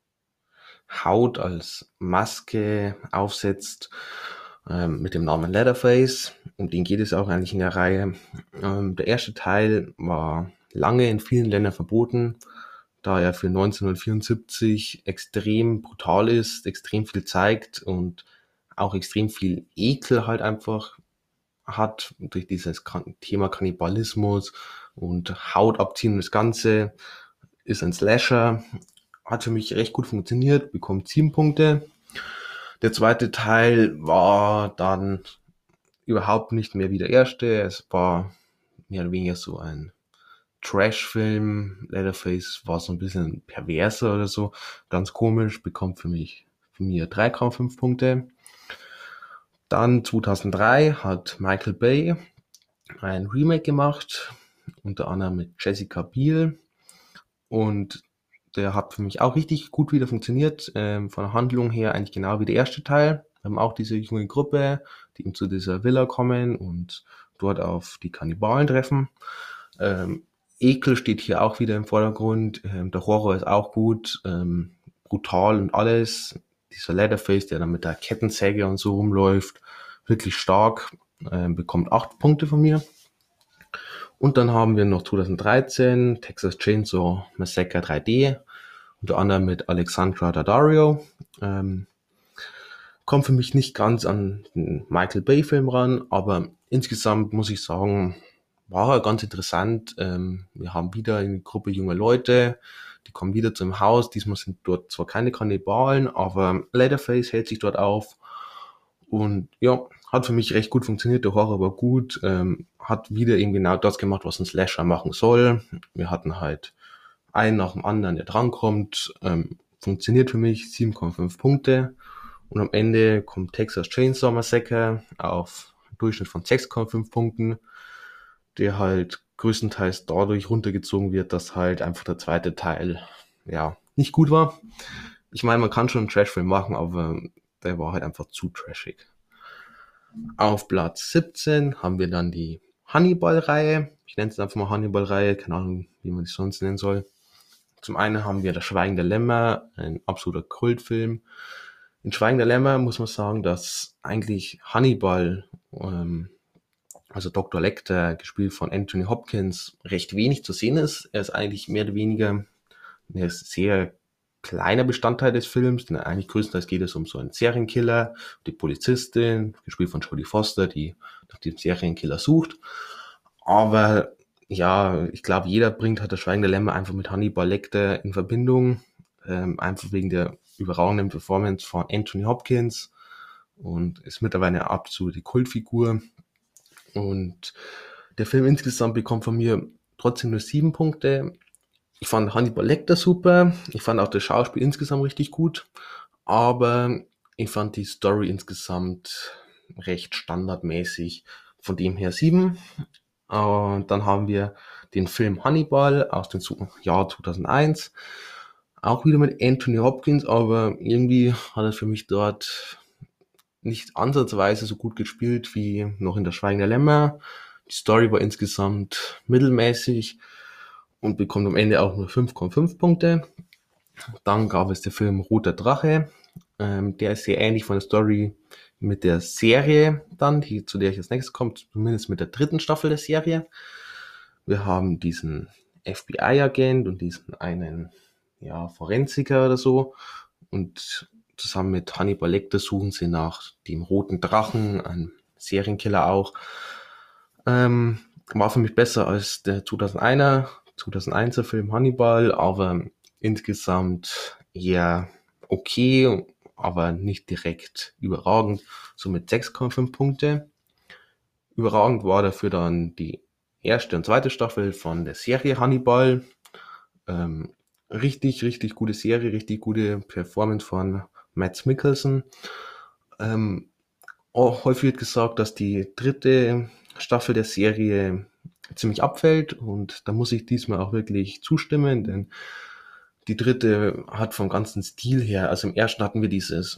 Haut als Maske aufsetzt, mit dem Namen Leatherface. Um den geht es auch eigentlich in der Reihe. Der erste Teil war lange in vielen Ländern verboten, da er für 1974 extrem brutal ist, extrem viel zeigt und auch extrem viel Ekel halt einfach hat durch dieses Thema Kannibalismus und Haut abziehen. Das Ganze ist ein Slasher, hat für mich recht gut funktioniert, bekommt 7 Punkte. Der zweite Teil war dann überhaupt nicht mehr wie der erste. Es war mehr oder weniger so ein Trash-Film. Leatherface war so ein bisschen perverser oder so. Ganz komisch, bekommt von mir 3,5 Punkte. Dann 2003 hat Michael Bay ein Remake gemacht, unter anderem mit Jessica Biel. Und der hat für mich auch richtig gut wieder funktioniert. Von der Handlung her eigentlich genau wie der erste Teil. Wir haben auch diese junge Gruppe, die eben zu dieser Villa kommen und dort auf die Kannibalen treffen. Ekel steht hier auch wieder im Vordergrund. Der Horror ist auch gut, brutal und alles. Dieser Leatherface, der dann mit der Kettensäge und so rumläuft, wirklich stark, bekommt 8 Punkte von mir. Und dann haben wir noch 2013 Texas Chainsaw Massacre 3D, unter anderem mit Alexandra Daddario. Kommt für mich nicht ganz an den Michael Bay Film ran, aber insgesamt muss ich sagen, war er ganz interessant. Wir haben wieder eine Gruppe junger Leute, die kommen wieder zum Haus. Diesmal sind dort zwar keine Kannibalen, aber Leatherface hält sich dort auf. Und ja, hat für mich recht gut funktioniert. Der Horror war gut. Hat wieder eben genau das gemacht, was ein Slasher machen soll. Wir hatten halt einen nach dem anderen, der drankommt. Funktioniert für mich, 7,5 Punkte. Und am Ende kommt Texas Chainsaw Massacre auf einen Durchschnitt von 6,5 Punkten, der halt größtenteils dadurch runtergezogen wird, dass halt einfach der zweite Teil, ja, nicht gut war. Ich meine, man kann schon einen Trashfilm machen, aber der war halt einfach zu trashig. Auf Platz 17 haben wir dann die Hannibal-Reihe. Ich nenne es einfach mal Hannibal-Reihe, keine Ahnung, wie man es sonst nennen soll. Zum einen haben wir Das Schweigen der Lämmer, ein absoluter Kultfilm. In Schweigen der Lämmer muss man sagen, dass eigentlich Hannibal, also Dr. Lecter, gespielt von Anthony Hopkins, recht wenig zu sehen ist. Er ist eigentlich mehr oder weniger ein sehr kleiner Bestandteil des Films, denn eigentlich größtenteils geht es um so einen Serienkiller, die Polizistin, gespielt von Jodie Foster, die nach dem Serienkiller sucht. Aber ja, ich glaube, jeder bringt halt das Schweigen der Lämmer einfach mit Hannibal Lecter in Verbindung, einfach wegen der überragenden Performance von Anthony Hopkins, und ist mittlerweile eine absolute Kultfigur. Und der Film insgesamt bekommt von mir trotzdem nur 7 Punkte. Ich fand Hannibal Lecter super. Ich fand auch das Schauspiel insgesamt richtig gut. Aber ich fand die Story insgesamt recht standardmäßig. Von dem her 7. Und dann haben wir den Film Hannibal aus dem Jahr 2001. Auch wieder mit Anthony Hopkins, aber irgendwie hat er für mich dort nicht ansatzweise so gut gespielt wie noch in Der Schweigen der Lämmer. Die Story war insgesamt mittelmäßig und bekommt am Ende auch nur 5,5 Punkte. Dann gab es den Film Roter Drache. Der ist sehr ähnlich von der Story mit der Serie dann, zu der ich als nächstes komme, zumindest mit der 3. Staffel der Serie. Wir haben diesen FBI-Agent und diesen einen ja, Forensiker oder so. Und zusammen mit Hannibal Lecter suchen sie nach dem Roten Drachen, einem Serienkiller auch. Ähm, War für mich besser als der 2001er Film Hannibal, aber insgesamt eher okay, aber nicht direkt überragend. Somit 6,5 Punkte. Überragend war dafür dann die erste und zweite Staffel von der Serie Hannibal. Ähm, richtig gute Serie, richtig gute Performance von Mads Mikkelsen. Ähm, Auch häufig wird gesagt, dass die dritte Staffel der Serie ziemlich abfällt und da muss ich diesmal auch wirklich zustimmen, denn die dritte hat vom ganzen Stil her, also im ersten hatten wir dieses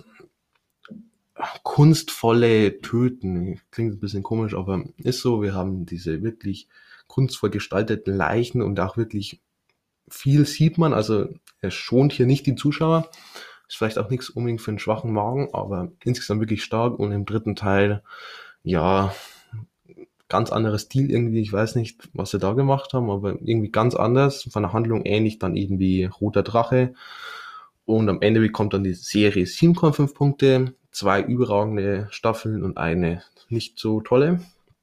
kunstvolle Töten, klingt ein bisschen komisch, aber ist so, wir haben diese wirklich kunstvoll gestalteten Leichen und auch wirklich viel sieht man, also er schont hier nicht die Zuschauer, ist vielleicht auch nichts unbedingt für einen schwachen Magen, aber insgesamt wirklich stark und im dritten Teil, ja, ganz anderer Stil irgendwie. Ich weiß nicht, was sie da gemacht haben, aber irgendwie ganz anders. Von der Handlung ähnlich dann eben wie Roter Drache. Und am Ende bekommt dann die Serie 7,5 Punkte, zwei überragende Staffeln und eine nicht so tolle.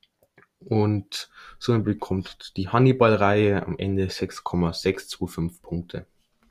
Und so bekommt die Hannibal-Reihe am Ende 6,625 Punkte.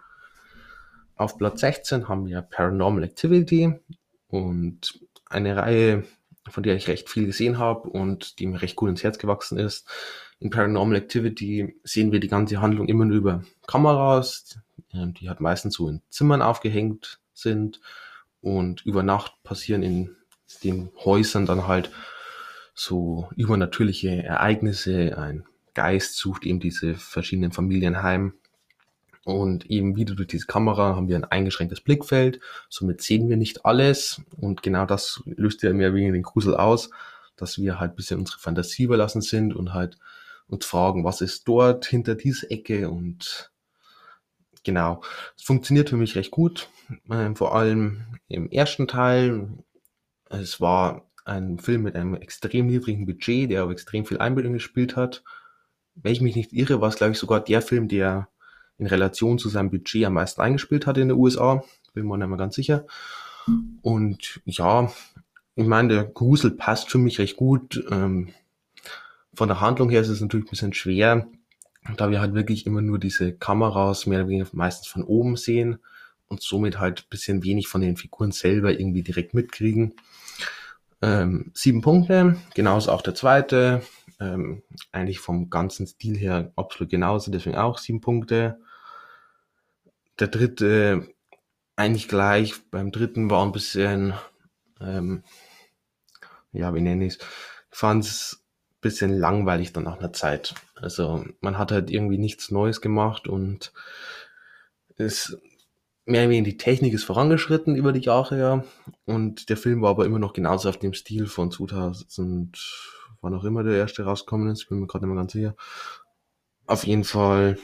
Auf Platz 16 haben wir Paranormal Activity und eine Reihe, von der ich recht viel gesehen habe und die mir recht gut ins Herz gewachsen ist. In Paranormal Activity sehen wir die ganze Handlung immer nur über Kameras, die halt meistens so in Zimmern aufgehängt sind und über Nacht passieren in den Häusern dann halt so übernatürliche Ereignisse. Ein Geist sucht eben diese verschiedenen Familien heim und eben wieder durch diese Kamera haben wir ein eingeschränktes Blickfeld, somit sehen wir nicht alles. Und genau das löst ja mehr oder weniger den Grusel aus, dass wir halt ein bisschen unsere Fantasie überlassen sind und halt uns fragen, was ist dort hinter dieser Ecke. Und genau, es funktioniert für mich recht gut, vor allem im ersten Teil. Es war ein Film mit einem extrem niedrigen Budget, der aber extrem viel Einbildung gespielt hat. Wenn ich mich nicht irre, war es, glaube ich, sogar der Film, der in Relation zu seinem Budget am meisten eingespielt hat in den USA. Bin mir nicht mehr ganz sicher. Und ja, ich meine, der Grusel passt für mich recht gut. Von der Handlung her ist es natürlich ein bisschen schwer, da wir halt wirklich immer nur diese Kameras mehr oder weniger meistens von oben sehen und somit halt ein bisschen wenig von den Figuren selber irgendwie direkt mitkriegen. 7 Punkte, genauso auch der zweite. Eigentlich vom ganzen Stil her absolut genauso, deswegen auch 7 Punkte. Der dritte eigentlich gleich. Beim dritten war ein bisschen, ähm, ja, wie nenne ich es? Ich fand es ein bisschen langweilig dann nach einer Zeit. Also man hat halt irgendwie nichts Neues gemacht und es mehr oder weniger die Technik ist vorangeschritten über die Jahre ja. Und der Film war aber immer noch genauso auf dem Stil von 2000, wann auch immer der erste rausgekommen ist, bin mir gerade nicht mehr ganz sicher. Auf jeden Fall,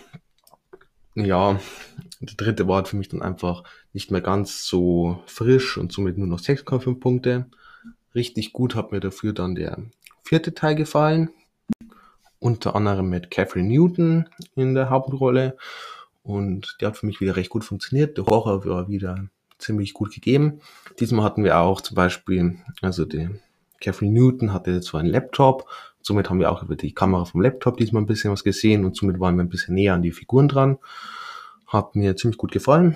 ja, der dritte war halt für mich dann einfach nicht mehr ganz so frisch und somit nur noch 6,5 Punkte. Richtig gut hat mir dafür dann der vierte Teil gefallen. Unter anderem mit Catherine Newton in der Hauptrolle. Und der hat für mich wieder recht gut funktioniert. Der Horror war wieder ziemlich gut gegeben. Diesmal hatten wir auch zum Beispiel, also die Catherine Newton hatte so einen Laptop. Somit haben wir auch über die Kamera vom Laptop diesmal ein bisschen was gesehen und somit waren wir ein bisschen näher an die Figuren dran. Hat mir ziemlich gut gefallen.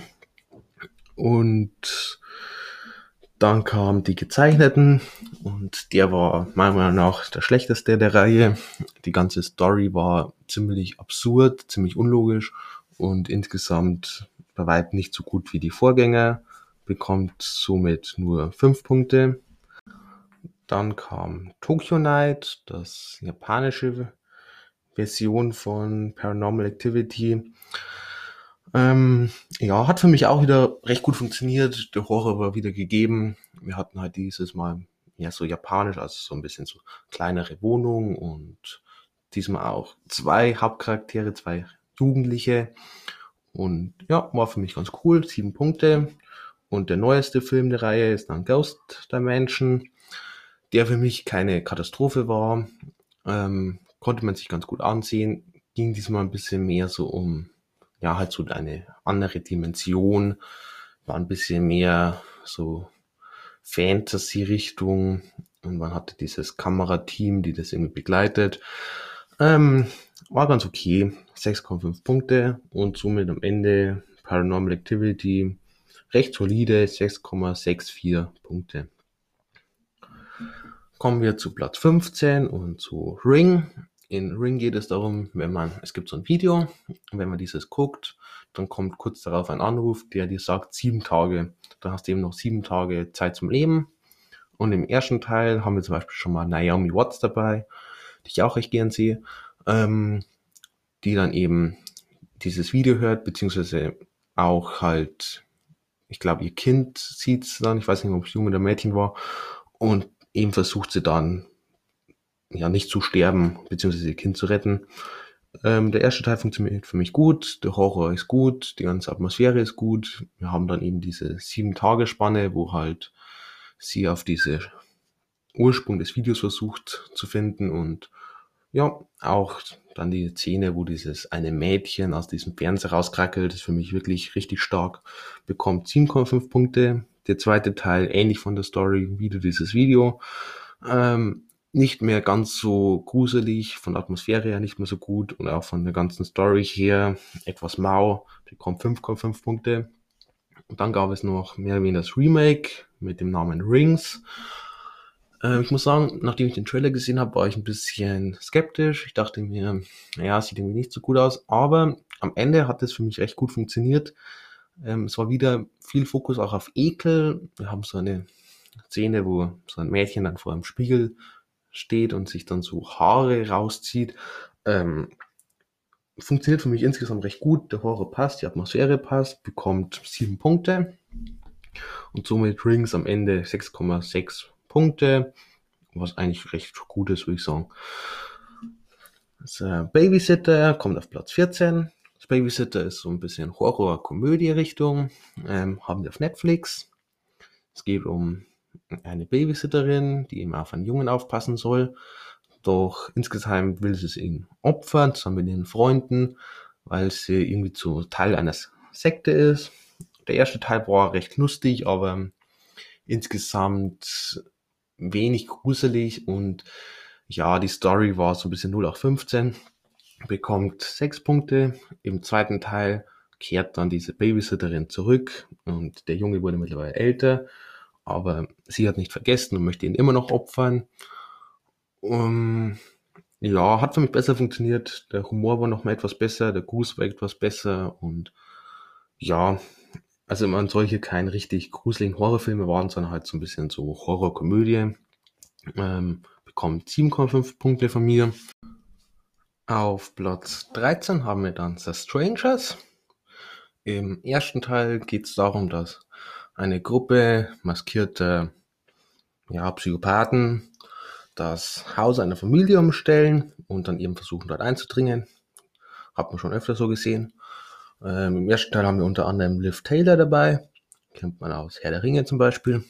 Und dann kamen die gezeichneten und der war meiner Meinung nach der schlechteste der Reihe. Die ganze Story war ziemlich absurd, ziemlich unlogisch und insgesamt bei weitem nicht so gut wie die Vorgänger, bekommt somit nur 5 Punkte. Dann kam Tokyo Night, das japanische Version von Paranormal Activity. Ja, hat für mich auch wieder recht gut funktioniert. Der Horror war wieder gegeben. Wir hatten halt dieses Mal ja so japanisch, also so ein bisschen so kleinere Wohnungen und diesmal auch zwei Hauptcharaktere, zwei Jugendliche. Und ja, war für mich ganz cool. 7 Punkte. Und der neueste Film der Reihe ist dann Ghost Dimension, der für mich keine Katastrophe war. Konnte man sich ganz gut ansehen. Ging diesmal ein bisschen mehr so um ja, halt so eine andere Dimension, war ein bisschen mehr so Fantasy-Richtung und man hatte dieses Kamerateam, die das irgendwie begleitet. Ähm, War ganz okay, 6,5 Punkte und somit am Ende Paranormal Activity recht solide 6,64 Punkte. Kommen wir zu Platz 15 und zu Ring. In Ring geht es darum, es gibt so ein Video, und wenn man dieses guckt, dann kommt kurz darauf ein Anruf, der dir sagt 7 Tage. Dann hast du eben noch 7 Tage Zeit zum Leben. Und im ersten Teil haben wir zum Beispiel schon mal Naomi Watts dabei, die ich auch recht gern sehe, die dann eben dieses Video hört, beziehungsweise auch halt, ich glaube, ihr Kind sieht es dann, ich weiß nicht, ob es Junge oder Mädchen war, und eben versucht sie dann, ja, nicht zu sterben, beziehungsweise ihr Kind zu retten. Der erste Teil funktioniert für mich gut, der Horror ist gut, die ganze Atmosphäre ist gut. Wir haben dann eben diese 7-Tage-Spanne, wo halt sie auf diese Ursprung des Videos versucht zu finden und ja, auch dann die Szene, wo dieses eine Mädchen aus diesem Fernseher rauskrackelt, ist für mich wirklich richtig stark, bekommt 7,5 Punkte. Der zweite Teil, ähnlich von der Story, wieder dieses Video. Nicht mehr ganz so gruselig, von der Atmosphäre her nicht mehr so gut und auch von der ganzen Story her etwas mau, bekommt 5,5 Punkte. Und dann gab es noch mehr oder weniger das Remake mit dem Namen Rings. Ich muss sagen, nachdem ich den Trailer gesehen habe, war ich ein bisschen skeptisch. Ich dachte mir, naja, sieht irgendwie nicht so gut aus. Aber am Ende hat es für mich recht gut funktioniert. Es war wieder viel Fokus auch auf Ekel. Wir haben so eine Szene, wo so ein Mädchen dann vor einem Spiegel steht und sich dann so Haare rauszieht. Funktioniert für mich insgesamt recht gut. Der Horror passt, die Atmosphäre passt, bekommt 7 Punkte. Und somit Rings am Ende 6,6 Punkte, was eigentlich recht gut ist, würde ich sagen. Das Babysitter kommt auf Platz 14. Das Babysitter ist so ein bisschen Horror-Komödie-Richtung. Haben wir auf Netflix. Es geht um eine Babysitterin, die eben auf einen Jungen aufpassen soll. Doch insgesamt will sie es ihm opfern, zusammen mit ihren Freunden, weil sie irgendwie zu Teil einer Sekte ist. Der erste Teil war recht lustig, aber insgesamt wenig gruselig und ja, die Story war so ein bisschen 0815, bekommt 6 Punkte. Im zweiten Teil kehrt dann diese Babysitterin zurück und der Junge wurde mittlerweile älter, aber sie hat nicht vergessen und möchte ihn immer noch opfern. Ja, hat für mich besser funktioniert. Der Humor war noch mal etwas besser, der Gruß war etwas besser und ja, also man soll hier keinen richtig gruseligen Horrorfilme waren, sondern halt so ein bisschen so Horrorkomödie. Bekommt 7,5 Punkte von mir. Auf Platz 13 haben wir dann The Strangers. Im ersten Teil geht es darum, dass eine Gruppe maskierter, ja, Psychopathen das Haus einer Familie umstellen und dann eben versuchen, dort einzudringen. Hat man schon öfter so gesehen. Im ersten Teil haben wir unter anderem Liv Taylor dabei. Kennt man aus Herr der Ringe zum Beispiel.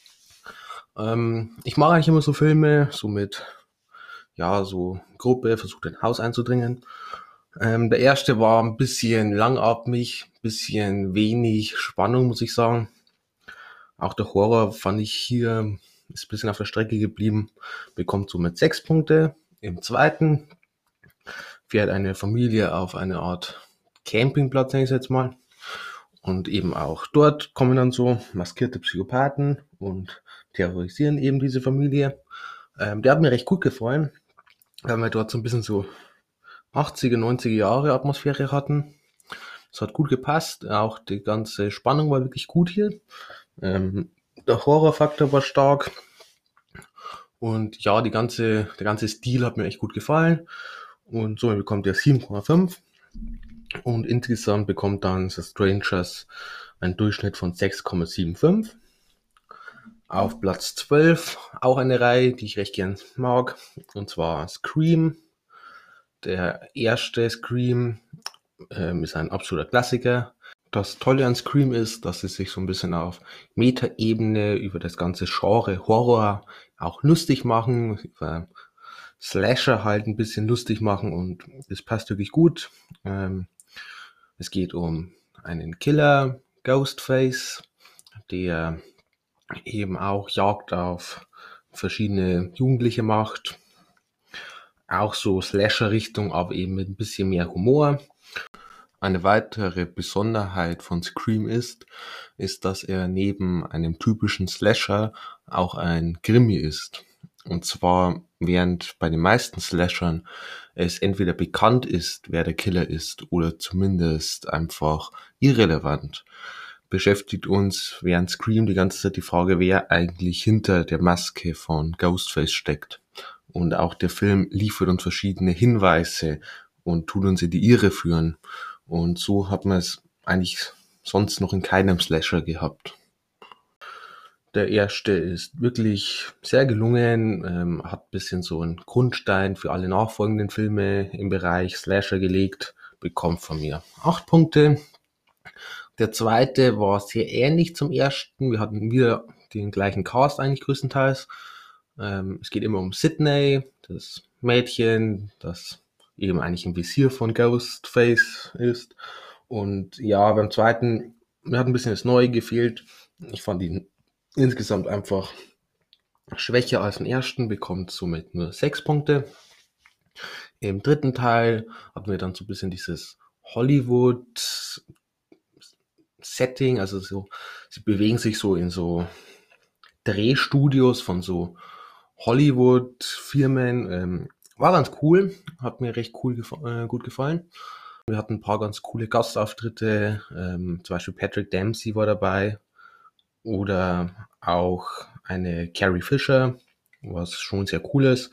Ich mag eigentlich immer so Filme, so mit, ja, so Gruppe versucht ein Haus einzudringen. Der erste war ein bisschen langatmig, bisschen wenig Spannung, muss ich sagen. Auch der Horror fand ich hier, ist ein bisschen auf der Strecke geblieben, bekommt somit 6 Punkte. Im zweiten fährt eine Familie auf eine Art Campingplatz, nenne ich es jetzt mal. Und eben auch dort kommen dann so maskierte Psychopathen und terrorisieren eben diese Familie. Der hat mir recht gut gefallen, weil wir dort so ein bisschen so 80er, 90er Jahre Atmosphäre hatten. Es hat gut gepasst, auch die ganze Spannung war wirklich gut hier. Der Horrorfaktor war stark und ja, der ganze Stil hat mir echt gut gefallen und somit bekommt er 7,5 und insgesamt bekommt dann The Strangers einen Durchschnitt von 6,75. Auf Platz 12 auch eine Reihe, die ich recht gern mag, und zwar Scream. Der erste Scream ist ein absoluter Klassiker. Das Tolle an Scream ist, dass sie sich so ein bisschen auf Metaebene über das ganze Genre Horror auch lustig machen, über Slasher halt ein bisschen lustig machen und das passt wirklich gut. Es geht um einen Killer, Ghostface, der eben auch Jagd auf verschiedene Jugendliche macht. Auch so Slasher-Richtung, aber eben mit ein bisschen mehr Humor. Eine weitere Besonderheit von Scream ist, dass er neben einem typischen Slasher auch ein Krimi ist. Und zwar, während bei den meisten Slashern es entweder bekannt ist, wer der Killer ist, oder zumindest einfach irrelevant, beschäftigt uns während Scream die ganze Zeit die Frage, wer eigentlich hinter der Maske von Ghostface steckt. Und auch der Film liefert uns verschiedene Hinweise und tut uns in die Irre führen. Und so hat man es eigentlich sonst noch in keinem Slasher gehabt. Der erste ist wirklich sehr gelungen, hat ein bisschen so einen Grundstein für alle nachfolgenden Filme im Bereich Slasher gelegt, bekommt von mir 8 Punkte. Der zweite war sehr ähnlich zum ersten. Wir hatten wieder den gleichen Cast eigentlich größtenteils. Es geht immer um Sydney, das Mädchen, das eben eigentlich im Visier von Ghostface ist. Und ja, beim zweiten, mir hat ein bisschen das Neue gefehlt. Ich fand ihn insgesamt einfach schwächer als den ersten, bekommt somit nur 6 Punkte. Im dritten Teil hatten wir dann so ein bisschen dieses Hollywood-Setting, also so, sie bewegen sich so in so Drehstudios von so Hollywood-Firmen. War ganz cool, hat mir recht gut gefallen. Wir hatten ein paar ganz coole Gastauftritte, zum Beispiel Patrick Dempsey war dabei oder auch eine Carrie Fisher, was schon sehr cool ist.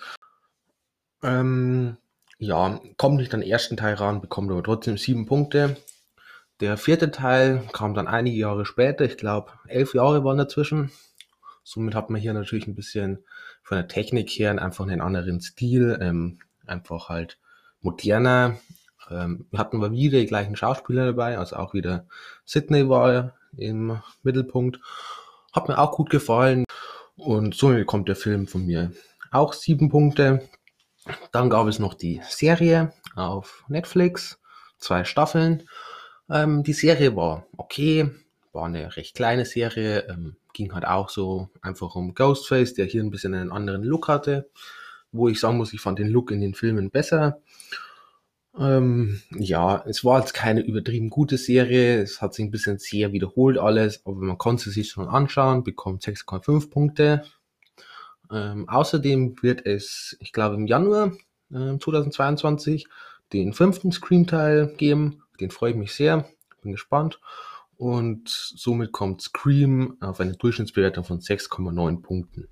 Ja, kommt nicht an den ersten Teil ran, bekommt aber trotzdem 7 Punkte. Der vierte Teil kam dann einige Jahre später, ich glaube 11 Jahre waren dazwischen. Somit hat man hier natürlich ein bisschen von der Technik her einfach einen anderen Stil, einfach halt moderner. Wir hatten aber wieder die gleichen Schauspieler dabei, also auch wieder Sydney war im Mittelpunkt. Hat mir auch gut gefallen und somit kommt der Film von mir auch 7 Punkte. Dann gab es noch die Serie auf Netflix, 2 Staffeln. Die Serie war okay, war eine recht kleine Serie, ging halt auch so einfach um Ghostface, der hier ein bisschen einen anderen Look hatte, wo ich sagen muss, ich fand den Look in den Filmen besser. Ja, es war jetzt keine übertrieben gute Serie, es hat sich ein bisschen sehr wiederholt alles, aber man konnte es sich schon anschauen, bekommt 6,5 Punkte. Außerdem wird es, ich glaube im Januar 2022, den 5. Scream-Teil geben. Den freue ich mich sehr, bin gespannt. Und somit kommt Scream auf eine Durchschnittsbewertung von 6,9 Punkten.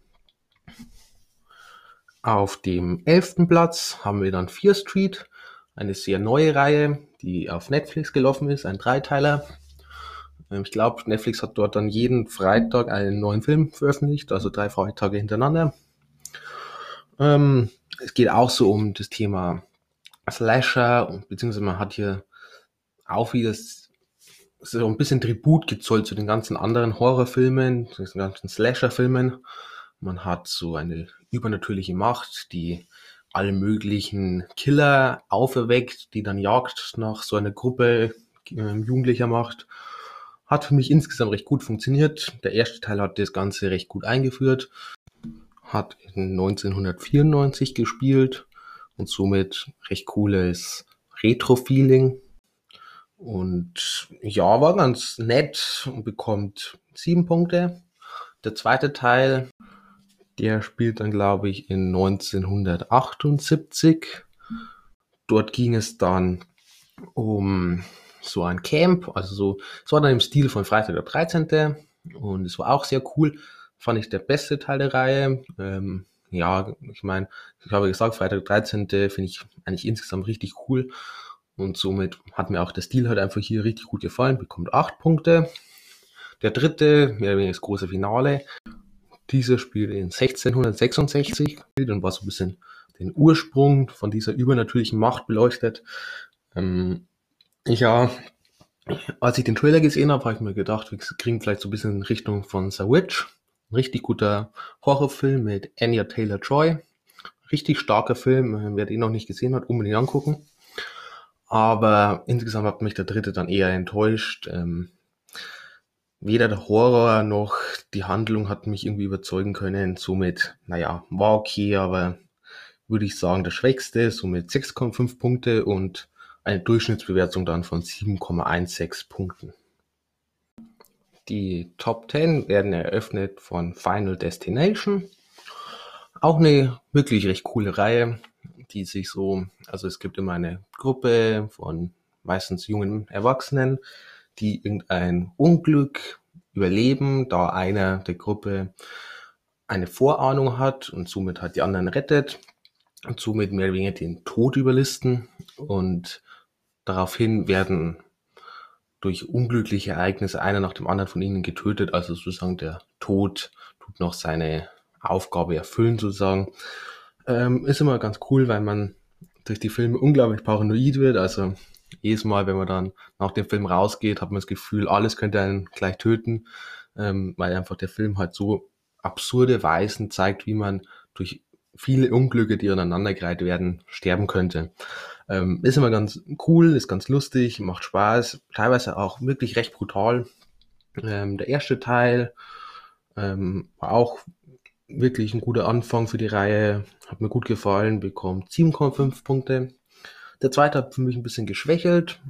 Auf dem 11. Platz haben wir dann Fear Street, eine sehr neue Reihe, die auf Netflix gelaufen ist, ein Dreiteiler. Ich glaube, Netflix hat dort dann jeden Freitag einen neuen Film veröffentlicht, also 3 Freitage hintereinander. Es geht auch so um das Thema Slasher, beziehungsweise man hat hier auch wieder so ein bisschen Tribut gezollt zu den ganzen anderen Horrorfilmen, zu den ganzen Slasher-Filmen. Man hat so eine übernatürliche Macht, die alle möglichen Killer auferweckt, die dann Jagd nach so einer Gruppe Jugendlicher macht. Hat für mich insgesamt recht gut funktioniert. Der erste Teil hat das Ganze recht gut eingeführt, hat in 1994 gespielt und somit recht cooles Retro-Feeling. Und ja, war ganz nett und bekommt 7 Punkte. Der zweite Teil, der spielt dann, glaube ich, in 1978. Dort ging es dann um so ein Camp, also so, es war dann im Stil von Freitag der 13. Und es war auch sehr cool. Fand ich der beste Teil der Reihe. Ja, ich meine, ich habe gesagt, Freitag der 13. finde ich eigentlich insgesamt richtig cool. Und somit hat mir auch der Stil halt einfach hier richtig gut gefallen, bekommt 8 Punkte. Der dritte, mehr oder weniger das große Finale. Dieser spielt in 1666 und war so ein bisschen den Ursprung von dieser übernatürlichen Macht beleuchtet. Ja, als ich den Trailer gesehen habe ich mir gedacht, wir kriegen vielleicht so ein bisschen in Richtung von The Witch. Ein richtig guter Horrorfilm mit Anya Taylor-Joy. Richtig starker Film, wer den noch nicht gesehen hat, unbedingt angucken. Aber insgesamt hat mich der dritte dann eher enttäuscht. Weder der Horror noch die Handlung hat mich irgendwie überzeugen können. Somit, naja, war okay, aber würde ich sagen, der schwächste, somit 6,5 Punkte und eine Durchschnittsbewertung dann von 7,16 Punkten. Die Top 10 werden eröffnet von Final Destination. Auch eine wirklich recht coole Reihe, die sich so, also es gibt immer eine Gruppe von meistens jungen Erwachsenen, die irgendein Unglück überleben, da einer der Gruppe eine Vorahnung hat und somit halt die anderen rettet und somit mehr oder weniger den Tod überlisten und daraufhin werden durch unglückliche Ereignisse einer nach dem anderen von ihnen getötet, also sozusagen der Tod tut noch seine Aufgabe erfüllen sozusagen. Ist immer ganz cool, weil man durch die Filme unglaublich paranoid wird, also jedes Mal, wenn man dann nach dem Film rausgeht, hat man das Gefühl, alles könnte einen gleich töten, weil einfach der Film halt so absurde Weisen zeigt, wie man durch viele Unglücke, die aneinandergereiht werden, sterben könnte. Ist immer ganz cool, ist ganz lustig, macht Spaß, teilweise auch wirklich recht brutal. Der erste Teil war auch wirklich ein guter Anfang für die Reihe, hat mir gut gefallen, bekommt 7,5 Punkte. Der zweite hat für mich ein bisschen geschwächelt.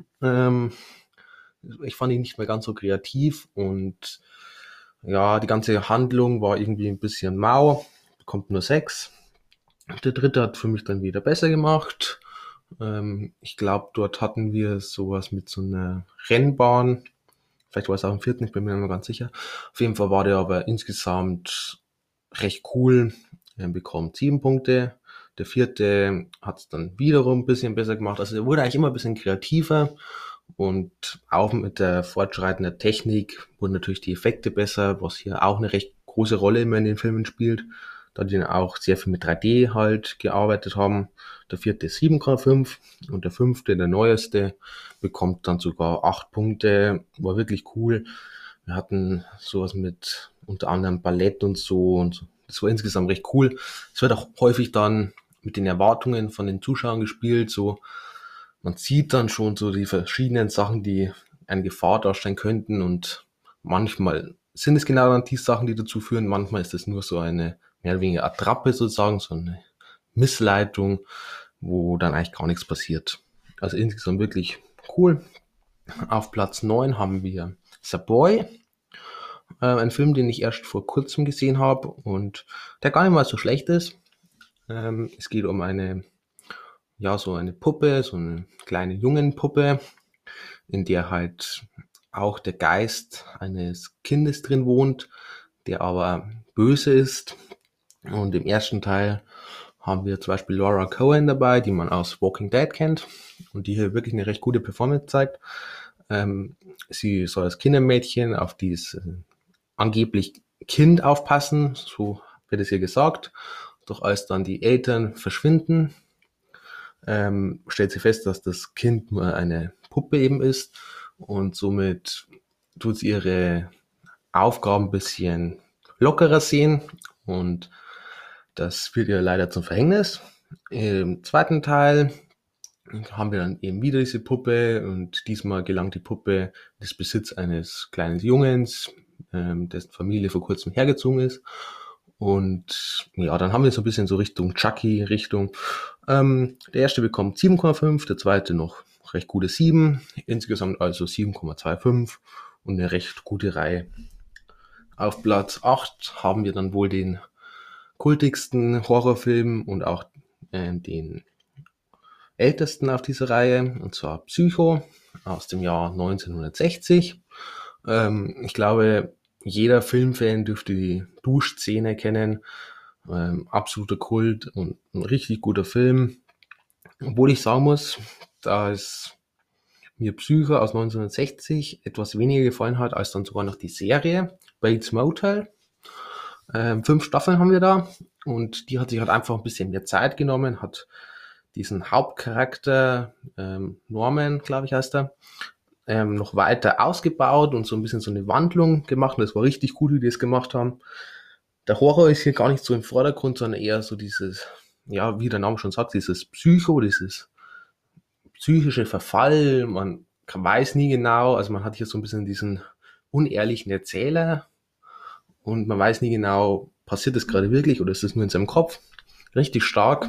Ich fand ihn nicht mehr ganz so kreativ und ja, die ganze Handlung war irgendwie ein bisschen mau, bekommt nur 6. Der dritte hat für mich dann wieder besser gemacht. Ich glaube, dort hatten wir sowas mit so einer Rennbahn. Vielleicht war es auch im vierten, ich bin mir nicht mehr ganz sicher. Auf jeden Fall war der aber insgesamt recht cool. Er bekommt 7 Punkte. Der vierte hat es dann wiederum ein bisschen besser gemacht. Also er wurde eigentlich immer ein bisschen kreativer. Und auch mit der fortschreitenden Technik wurden natürlich die Effekte besser, was hier auch eine recht große Rolle immer in den Filmen spielt, da die auch sehr viel mit 3D halt gearbeitet haben. Der vierte ist 7,5 und der fünfte, der neueste, bekommt dann sogar 8 Punkte. War wirklich cool. Wir hatten sowas mit unter anderem Ballett und so und das war insgesamt recht cool. Es wird auch häufig dann mit den Erwartungen von den Zuschauern gespielt, so man sieht dann schon so die verschiedenen Sachen, die eine Gefahr darstellen könnten und manchmal sind es genau dann die Sachen, die dazu führen, manchmal ist es nur so eine mehr oder weniger Attrappe sozusagen, so eine Missleitung, wo dann eigentlich gar nichts passiert. Also insgesamt wirklich cool. Auf Platz 9 haben wir The Boy, ein Film, den ich erst vor kurzem gesehen habe und der gar nicht mal so schlecht ist. Es geht um eine, ja, so eine Puppe, so eine kleine Jungenpuppe, in der halt auch der Geist eines Kindes drin wohnt, der aber böse ist. Und im ersten Teil haben wir zum Beispiel Laura Cohen dabei, die man aus Walking Dead kennt und die hier wirklich eine recht gute Performance zeigt. Sie soll als Kindermädchen auf dieses angeblich Kind aufpassen, so wird es ihr gesagt. Doch als dann die Eltern verschwinden, stellt sie fest, dass das Kind nur eine Puppe eben ist und somit tut sie ihre Aufgaben ein bisschen lockerer sehen und das wird ihr leider zum Verhängnis. Im zweiten Teil haben wir dann eben wieder diese Puppe und diesmal gelangt die Puppe in das Besitz eines kleinen Jungens, dessen Familie vor kurzem hergezogen ist. Und ja, dann haben wir so ein bisschen so Richtung Chucky, Richtung. Der erste bekommt 7,5, der zweite noch recht gute 7, insgesamt also 7,25 und eine recht gute Reihe. Auf Platz 8 haben wir dann wohl den kultigsten Horrorfilm und auch den ältesten auf dieser Reihe, und zwar Psycho aus dem Jahr 1960. Ich glaube, jeder Filmfan dürfte die Duschszene kennen. Absoluter Kult und ein richtig guter Film. Obwohl ich sagen muss, da es mir Psycho aus 1960 etwas weniger gefallen hat als dann sogar noch die Serie Bates Motel. 5 Staffeln haben wir da und die hat sich halt einfach ein bisschen mehr Zeit genommen, hat diesen Hauptcharakter, Norman, glaube ich, heißt er, noch weiter ausgebaut und so ein bisschen so eine Wandlung gemacht. Und das war richtig gut, wie die es gemacht haben. Der Horror ist hier gar nicht so im Vordergrund, sondern eher so dieses, ja, wie der Name schon sagt, dieses Psycho, dieses psychische Verfall, man weiß nie genau, also man hat hier so ein bisschen diesen unehrlichen Erzähler und man weiß nie genau, passiert das gerade wirklich oder ist das nur in seinem Kopf. Richtig stark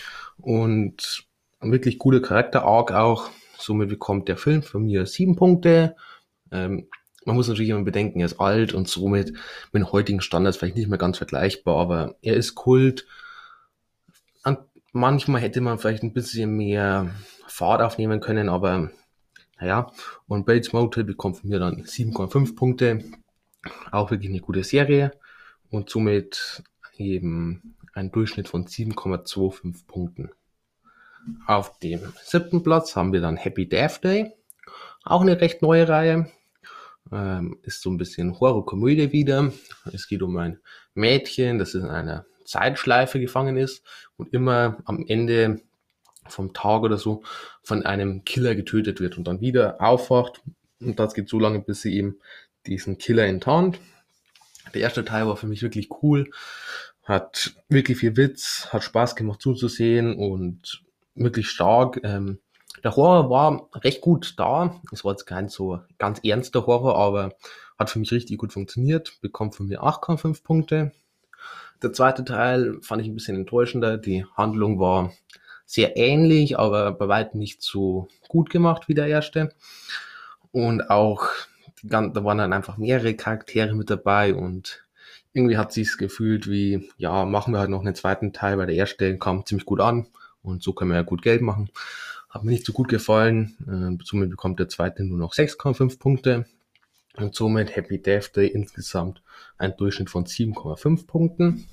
und ein wirklich guter Charakter-Arc auch. Somit bekommt der Film von mir 7 Punkte. Ähm, Man muss natürlich immer bedenken, er ist alt und somit mit den heutigen Standards vielleicht nicht mehr ganz vergleichbar, aber er ist Kult. Und manchmal hätte man vielleicht ein bisschen mehr Fahrt aufnehmen können, aber naja. Und Bates Motel bekommt von mir dann 7,5 Punkte. Auch wirklich eine gute Serie und somit eben ein Durchschnitt von 7,25 Punkten. Auf dem 7. Platz haben wir dann Happy Death Day. Auch eine recht neue Reihe. Ist so ein bisschen Horrorkomödie wieder. Es geht um ein Mädchen, das in einer Zeitschleife gefangen ist und immer am Ende vom Tag oder so von einem Killer getötet wird und dann wieder aufwacht. Und das geht so lange, bis sie eben diesen Killer enttarnt. Der erste Teil war für mich wirklich cool, hat wirklich viel Witz, hat Spaß gemacht zuzusehen und wirklich stark. Der Horror war recht gut da. Es war jetzt kein so ganz ernster Horror, aber hat für mich richtig gut funktioniert. Bekommt von mir 8,5 Punkte. Der zweite Teil fand ich ein bisschen enttäuschender. Die Handlung war sehr ähnlich, aber bei weitem nicht so gut gemacht wie der erste. Und auch, da waren dann einfach mehrere Charaktere mit dabei und irgendwie hat sich's gefühlt wie, ja, machen wir halt noch einen zweiten Teil, weil der erste kam ziemlich gut an und so können wir ja gut Geld machen. Hat mir nicht so gut gefallen. Somit bekommt der zweite nur noch 6,5 Punkte. Und somit Happy Death Day insgesamt ein Durchschnitt von 7,5 Punkten.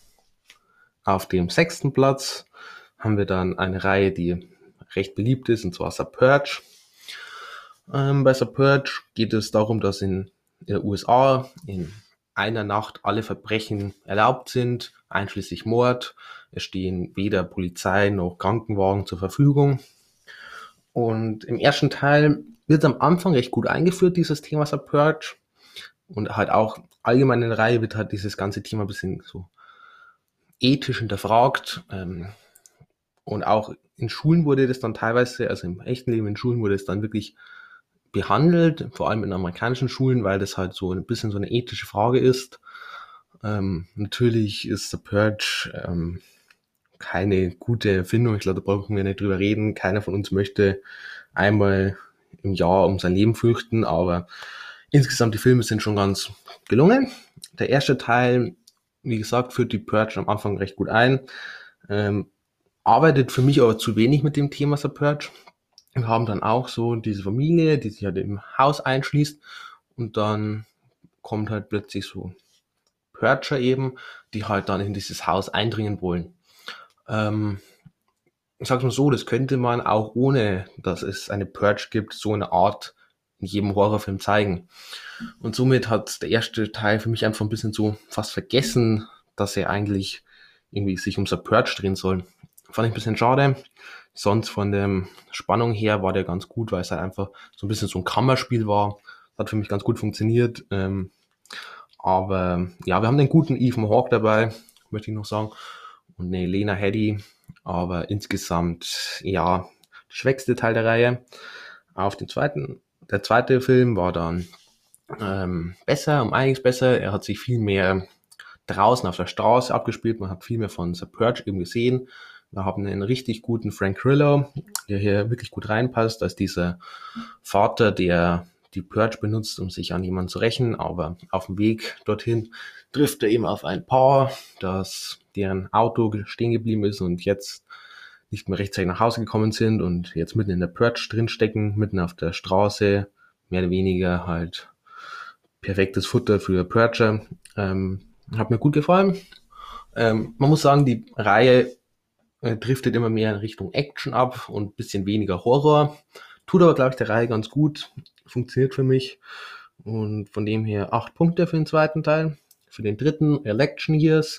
Auf dem 6. Platz haben wir dann eine Reihe, die recht beliebt ist, und zwar The Purge. Bei The Purge geht es darum, dass in den USA in einer Nacht alle Verbrechen erlaubt sind, einschließlich Mord. Es stehen weder Polizei noch Krankenwagen zur Verfügung. Und im ersten Teil wird am Anfang recht gut eingeführt, dieses Thema The Purge. Und halt auch allgemein in der Reihe wird halt dieses ganze Thema ein bisschen so ethisch hinterfragt. Und auch in Schulen wurde das dann teilweise, also im echten Leben in Schulen wurde es dann wirklich behandelt, vor allem in amerikanischen Schulen, weil das halt so ein bisschen so eine ethische Frage ist. Natürlich ist The Purge keine gute Erfindung. Ich glaube, da brauchen wir nicht drüber reden. Keiner von uns möchte einmal im Jahr um sein Leben fürchten, aber insgesamt die Filme sind schon ganz gelungen. Der erste Teil, wie gesagt, führt die Purge am Anfang recht gut ein. Arbeitet für mich aber zu wenig mit dem Thema The Purge. Wir haben dann auch so diese Familie, die sich halt im Haus einschließt und dann kommt halt plötzlich so Purger eben, die halt dann in dieses Haus eindringen wollen. Ich sag's mal so, das könnte man auch ohne, dass es eine Purge gibt, so eine Art in jedem Horrorfilm zeigen. Und somit hat der erste Teil für mich einfach ein bisschen so fast vergessen, dass er eigentlich irgendwie sich um The Purge drehen soll. Fand ich ein bisschen schade. Sonst von der Spannung her war der ganz gut, weil es halt einfach so ein bisschen so ein Kammerspiel war. Das hat für mich ganz gut funktioniert. Aber ja, wir haben den guten Ethan Hawke dabei, möchte ich noch sagen. Und eine Lena Headey. Aber insgesamt, ja, der schwächste Teil der Reihe. Der zweite Film war dann besser, um einiges besser. Er hat sich viel mehr draußen auf der Straße abgespielt. Man hat viel mehr von The Purge eben gesehen. Wir haben einen richtig guten Frank Grillo, der hier wirklich gut reinpasst, als dieser Vater, der die Purge benutzt, um sich an jemanden zu rächen. Aber auf dem Weg dorthin trifft er eben auf ein Paar, deren Auto stehen geblieben ist und jetzt nicht mehr rechtzeitig nach Hause gekommen sind und jetzt mitten in der Purge drinstecken, mitten auf der Straße, mehr oder weniger halt perfektes Futter für Purger. Hat mir gut gefallen. Man muss sagen, die Reihe driftet immer mehr in Richtung Action ab und ein bisschen weniger Horror. Tut aber, glaube ich, der Reihe ganz gut. Funktioniert für mich. Und von dem her 8 Punkte für den zweiten Teil. Für den dritten, Election Years,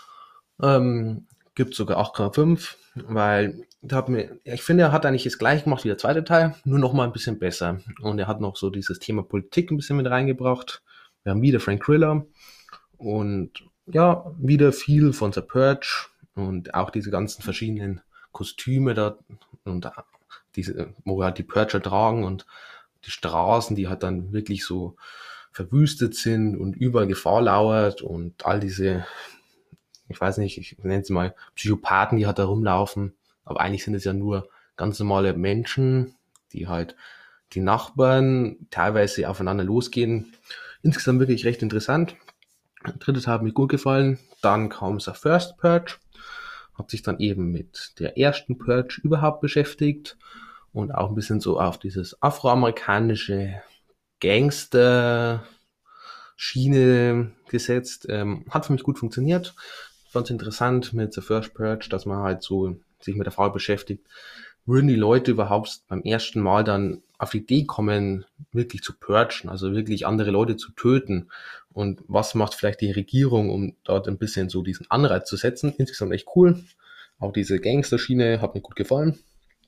gibt es sogar 8,5, weil ich finde, er hat eigentlich das gleiche gemacht wie der zweite Teil, nur noch mal ein bisschen besser. Und er hat noch so dieses Thema Politik ein bisschen mit reingebracht. Wir haben wieder Frank Grillo und ja, wieder viel von The Purge und auch diese ganzen verschiedenen Kostüme da und wo halt die Purge tragen und die Straßen, die halt dann wirklich so verwüstet sind und überall Gefahr lauert und all diese, ich weiß nicht, ich nenne es mal Psychopathen, die halt da rumlaufen. Aber eigentlich sind es ja nur ganz normale Menschen, die halt die Nachbarn teilweise aufeinander losgehen. Insgesamt wirklich recht interessant. Drittes hat mir gut gefallen. Dann kam The First Purge, hat sich dann eben mit der ersten Purge überhaupt beschäftigt und auch ein bisschen so auf dieses afroamerikanische Gangster Schiene gesetzt. Hat für mich gut funktioniert. Ich fand es interessant mit The First Purge, dass man halt so sich mit der Frage beschäftigt, würden die Leute überhaupt beim ersten Mal dann auf die Idee kommen, wirklich zu purgen, also wirklich andere Leute zu töten? Und was macht vielleicht die Regierung, um dort ein bisschen so diesen Anreiz zu setzen? Insgesamt echt cool. Auch diese Gangster-Schiene hat mir gut gefallen.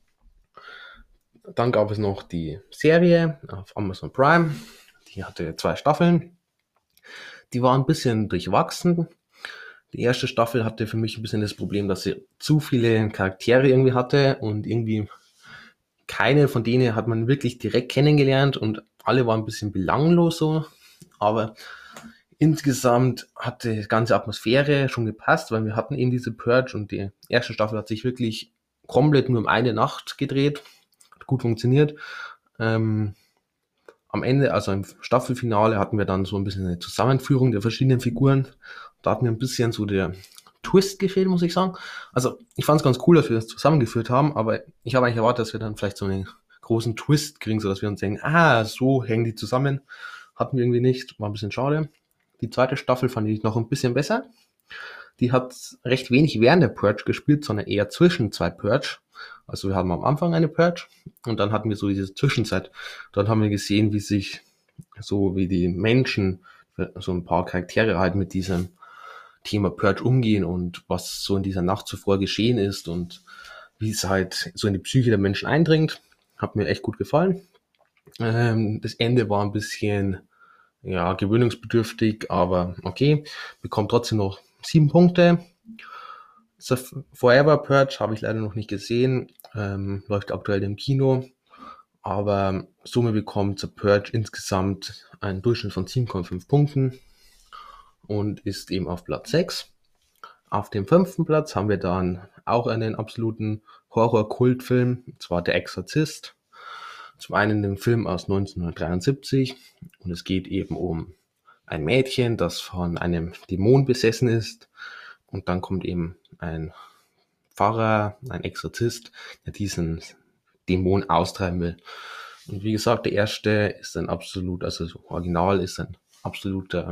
Dann gab es noch die Serie auf Amazon Prime. Die hatte 2 Staffeln. Die war ein bisschen durchwachsen. Die erste Staffel hatte für mich ein bisschen das Problem, dass sie zu viele Charaktere irgendwie hatte und irgendwie keine von denen hat man wirklich direkt kennengelernt und alle waren ein bisschen belanglos so. Aber insgesamt hat die ganze Atmosphäre schon gepasst, weil wir hatten eben diese Purge und die erste Staffel hat sich wirklich komplett nur um eine Nacht gedreht. Hat gut funktioniert. Ähm, Am Ende, also im Staffelfinale, hatten wir dann so ein bisschen eine Zusammenführung der verschiedenen Figuren. Da hat mir ein bisschen so der Twist gefehlt, muss ich sagen. Also ich fand es ganz cool, dass wir das zusammengeführt haben, aber ich habe eigentlich erwartet, dass wir dann vielleicht so einen großen Twist kriegen, sodass wir uns denken, so hängen die zusammen. Hatten wir irgendwie nicht, war ein bisschen schade. Die zweite Staffel fand ich noch ein bisschen besser. Die hat recht wenig während der Purge gespielt, sondern eher zwischen 2 Purge. Also wir haben am Anfang eine Purge und dann hatten wir so diese Zwischenzeit. Dort haben wir gesehen, wie sich so wie die Menschen, so ein paar Charaktere halt mit diesem Thema Purge umgehen und was so in dieser Nacht zuvor geschehen ist und wie es halt so in die Psyche der Menschen eindringt. Hat mir echt gut gefallen. Das Ende war ein bisschen, ja, gewöhnungsbedürftig, aber okay. Bekommt trotzdem noch 7 Punkte. The Forever Purge habe ich leider noch nicht gesehen. Läuft aktuell im Kino. Aber somit bekommt The Purge insgesamt einen Durchschnitt von 7,5 Punkten und ist eben auf Platz 6. Auf dem 5. Platz haben wir dann auch einen absoluten Horror-Kultfilm, und zwar Der Exorzist. Zum einen den Film aus 1973 und es geht eben um ein Mädchen, das von einem Dämon besessen ist und dann kommt eben ein Pfarrer, ein Exorzist, der diesen Dämon austreiben will. Und wie gesagt, der erste ist ein absolut, also das Original ist ein absoluter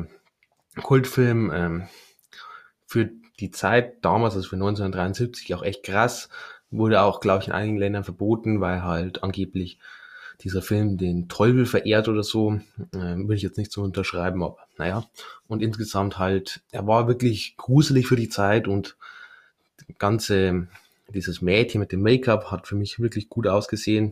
Kultfilm. Für die Zeit damals, also für 1973, auch echt krass. Wurde auch, glaube ich, in einigen Ländern verboten, weil halt angeblich dieser Film den Teufel verehrt oder so. Würde ich jetzt nicht so unterschreiben, aber naja. Und insgesamt halt, er war wirklich gruselig für die Zeit und ganze, dieses Mädchen mit dem Make-up hat für mich wirklich gut ausgesehen.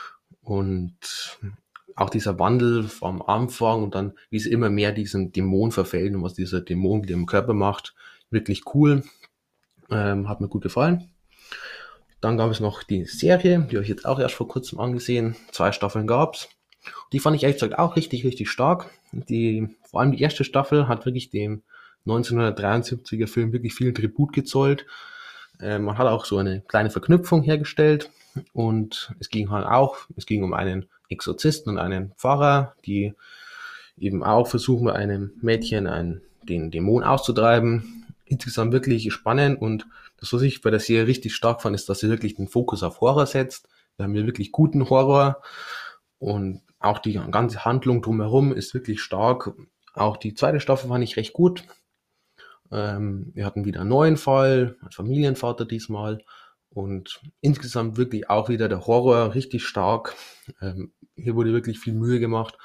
Und auch dieser Wandel vom Anfang und dann, wie es immer mehr diesen Dämon verfällt und was dieser Dämon mit dem Körper macht, wirklich cool. Hat mir gut gefallen. Dann gab es noch die Serie, die habe ich jetzt auch erst vor kurzem angesehen. 2 Staffeln gab's. Die fand ich ehrlich gesagt auch richtig, richtig stark. Vor allem die erste Staffel hat wirklich dem 1973er Film wirklich viel Tribut gezollt. Man hat auch so eine kleine Verknüpfung hergestellt und es ging um einen Exorzisten und einen Pfarrer, die eben auch versuchen, bei einem Mädchen den Dämon auszutreiben. Insgesamt wirklich spannend und das, was ich bei der Serie richtig stark fand, ist, dass sie wirklich den Fokus auf Horror setzt. Wir haben hier wirklich guten Horror und auch die ganze Handlung drumherum ist wirklich stark. Auch die zweite Staffel fand ich recht gut. Wir hatten wieder einen neuen Fall, ein Familienvater diesmal und insgesamt wirklich auch wieder der Horror richtig stark. Hier wurde wirklich viel Mühe gemacht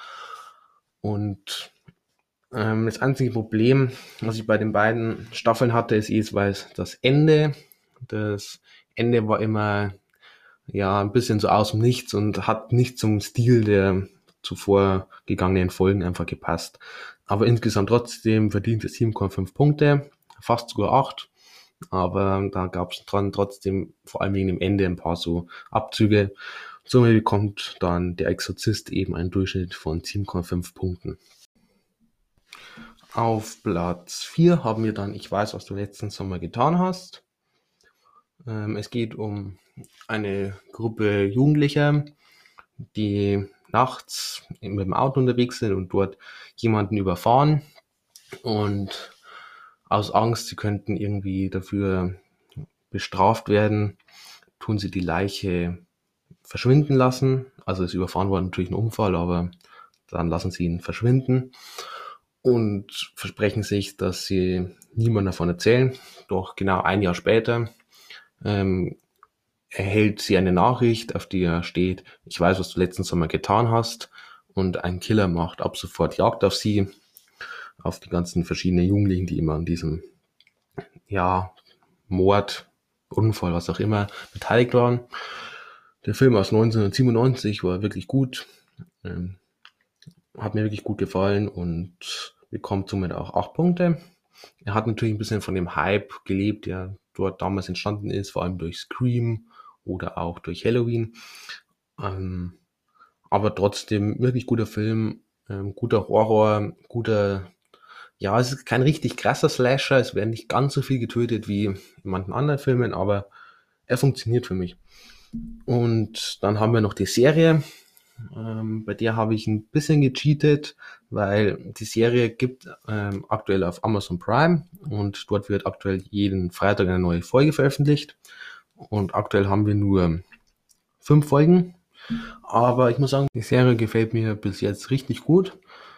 und das einzige Problem, was ich bei den beiden Staffeln hatte, ist jeweils das Ende. Das Ende war immer ja ein bisschen so aus dem Nichts und hat nicht zum Stil der zuvor gegangenen Folgen einfach gepasst. Aber insgesamt trotzdem verdiente 7,5 Punkte, fast sogar 8. Aber da gab es dran trotzdem vor allem wegen dem Ende ein paar so Abzüge. Somit bekommt dann Der Exorzist eben einen Durchschnitt von 7,5 Punkten. Auf Platz 4 haben wir dann Ich weiß, was du letzten Sommer getan hast. Es geht um eine Gruppe Jugendlicher, die nachts mit dem Auto unterwegs sind und dort jemanden überfahren. Und aus Angst, sie könnten irgendwie dafür bestraft werden, tun sie die Leiche verschwinden lassen. Also das Überfahren war natürlich ein Unfall, aber dann lassen sie ihn verschwinden und versprechen sich, dass sie niemandem davon erzählen. Doch genau ein Jahr später erhält sie eine Nachricht, auf der steht: Ich weiß, was du letzten Sommer getan hast. Und ein Killer macht ab sofort Jagd auf sie, auf die ganzen verschiedenen Jugendlichen, die immer an diesem, ja, Mord, Unfall, was auch immer, beteiligt waren. Der Film aus 1997 war wirklich gut, hat mir wirklich gut gefallen und bekommt somit auch 8 Punkte. Er hat natürlich ein bisschen von dem Hype gelebt, der dort damals entstanden ist, vor allem durch Scream oder auch durch Halloween. Aber trotzdem wirklich guter Film, guter Horror, guter, ja, es ist kein richtig krasser Slasher, es werden nicht ganz so viel getötet wie in manchen anderen Filmen, aber er funktioniert für mich. Und dann haben wir noch die Serie, bei der habe ich ein bisschen gecheatet, weil die Serie gibt aktuell auf Amazon Prime und dort wird aktuell jeden Freitag eine neue Folge veröffentlicht. Und aktuell haben wir nur 5 Folgen. Aber ich muss sagen, die Serie gefällt mir bis jetzt richtig gut.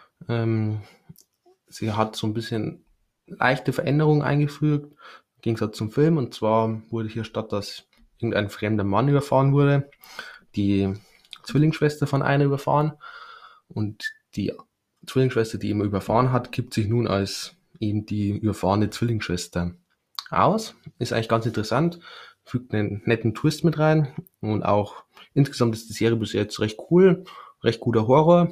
Sie hat so ein bisschen leichte Veränderungen eingefügt, im Gegensatz zum Film. Und zwar wurde hier statt, dass irgendein fremder Mann überfahren wurde, die Zwillingsschwester von einer überfahren. Und die Zwillingsschwester, die ihn überfahren hat, gibt sich nun als eben die überfahrene Zwillingsschwester aus. Ist eigentlich ganz interessant, fügt einen netten Twist mit rein und auch insgesamt ist die Serie bis jetzt recht cool, recht guter Horror,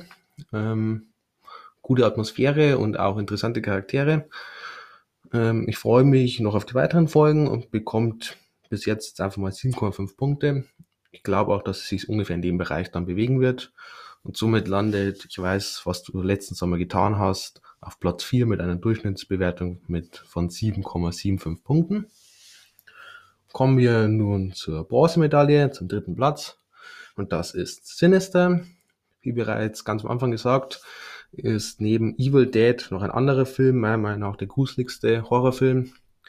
gute Atmosphäre und auch interessante Charaktere. Ich freue mich noch auf die weiteren Folgen und bekommt bis jetzt einfach mal 7,5 Punkte. Ich glaube auch, dass es sich ungefähr in dem Bereich dann bewegen wird. Und somit landet Ich weiß, was du letzten Sommer getan hast, auf Platz 4 mit einer Durchschnittsbewertung von 7,75 Punkten. Kommen wir nun zur Bronzemedaille, zum 3. Platz. Und das ist Sinister. Wie bereits ganz am Anfang gesagt, ist neben Evil Dead noch ein anderer Film, meiner Meinung nach der gruseligste Horrorfilm.